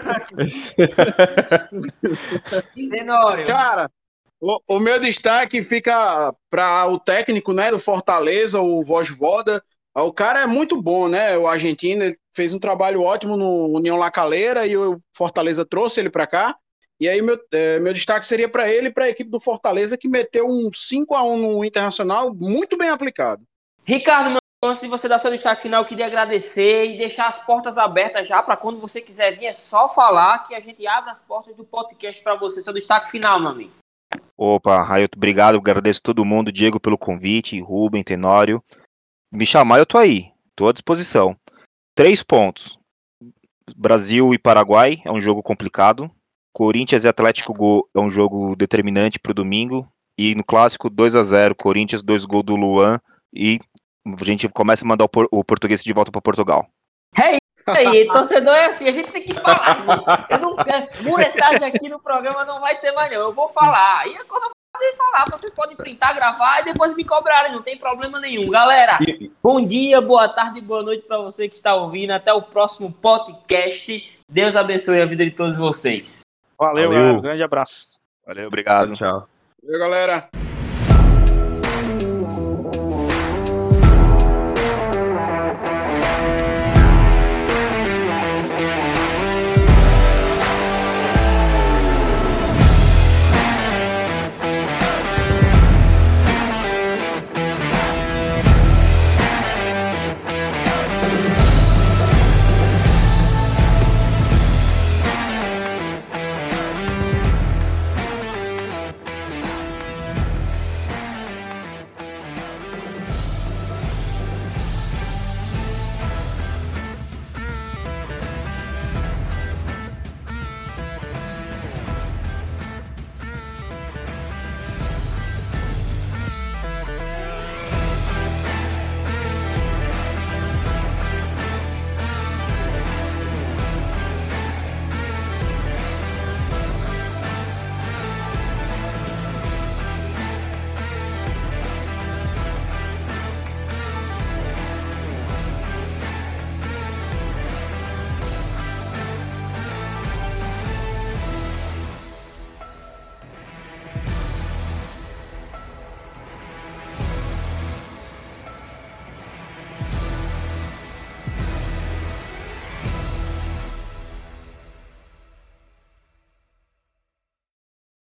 Tenório. Cara, o, o meu destaque fica para o técnico, né, do Fortaleza, o Vojvoda. O cara é muito bom, né? O argentino, ele fez um trabalho ótimo no União La Calera e o Fortaleza trouxe ele para cá. E aí meu, é, meu destaque seria para ele e para a equipe do Fortaleza, que meteu um cinco a um no Internacional, muito bem aplicado. Ricardo, meu, antes de você dar seu destaque final, eu queria agradecer e deixar as portas abertas já para quando você quiser vir, é só falar que a gente abre as portas do podcast para você. Seu destaque final, meu amigo. Opa, Railton, obrigado, agradeço todo mundo, Diego pelo convite, Rubem, Tenório. Me chamar, eu tô aí, tô à disposição. Três pontos. Brasil e Paraguai é um jogo complicado. Corinthians e Atlético Go é um jogo determinante pro domingo. E no clássico, dois a zero, Corinthians, dois gols do Luan. E a gente começa a mandar o, por, o português de volta para Portugal. É aí, torcedor é assim, a gente tem que falar. Irmão. Eu não quero, muretagem aqui no programa não vai ter mais não, eu vou falar. E quando eu falar, vocês podem printar, gravar e depois me cobrarem, não tem problema nenhum. Galera, bom dia, boa tarde e boa noite para você que está ouvindo. Até o próximo podcast. Deus abençoe a vida de todos vocês. Valeu, Valeu. galera. Grande abraço. Valeu, obrigado. Tchau. Valeu, galera.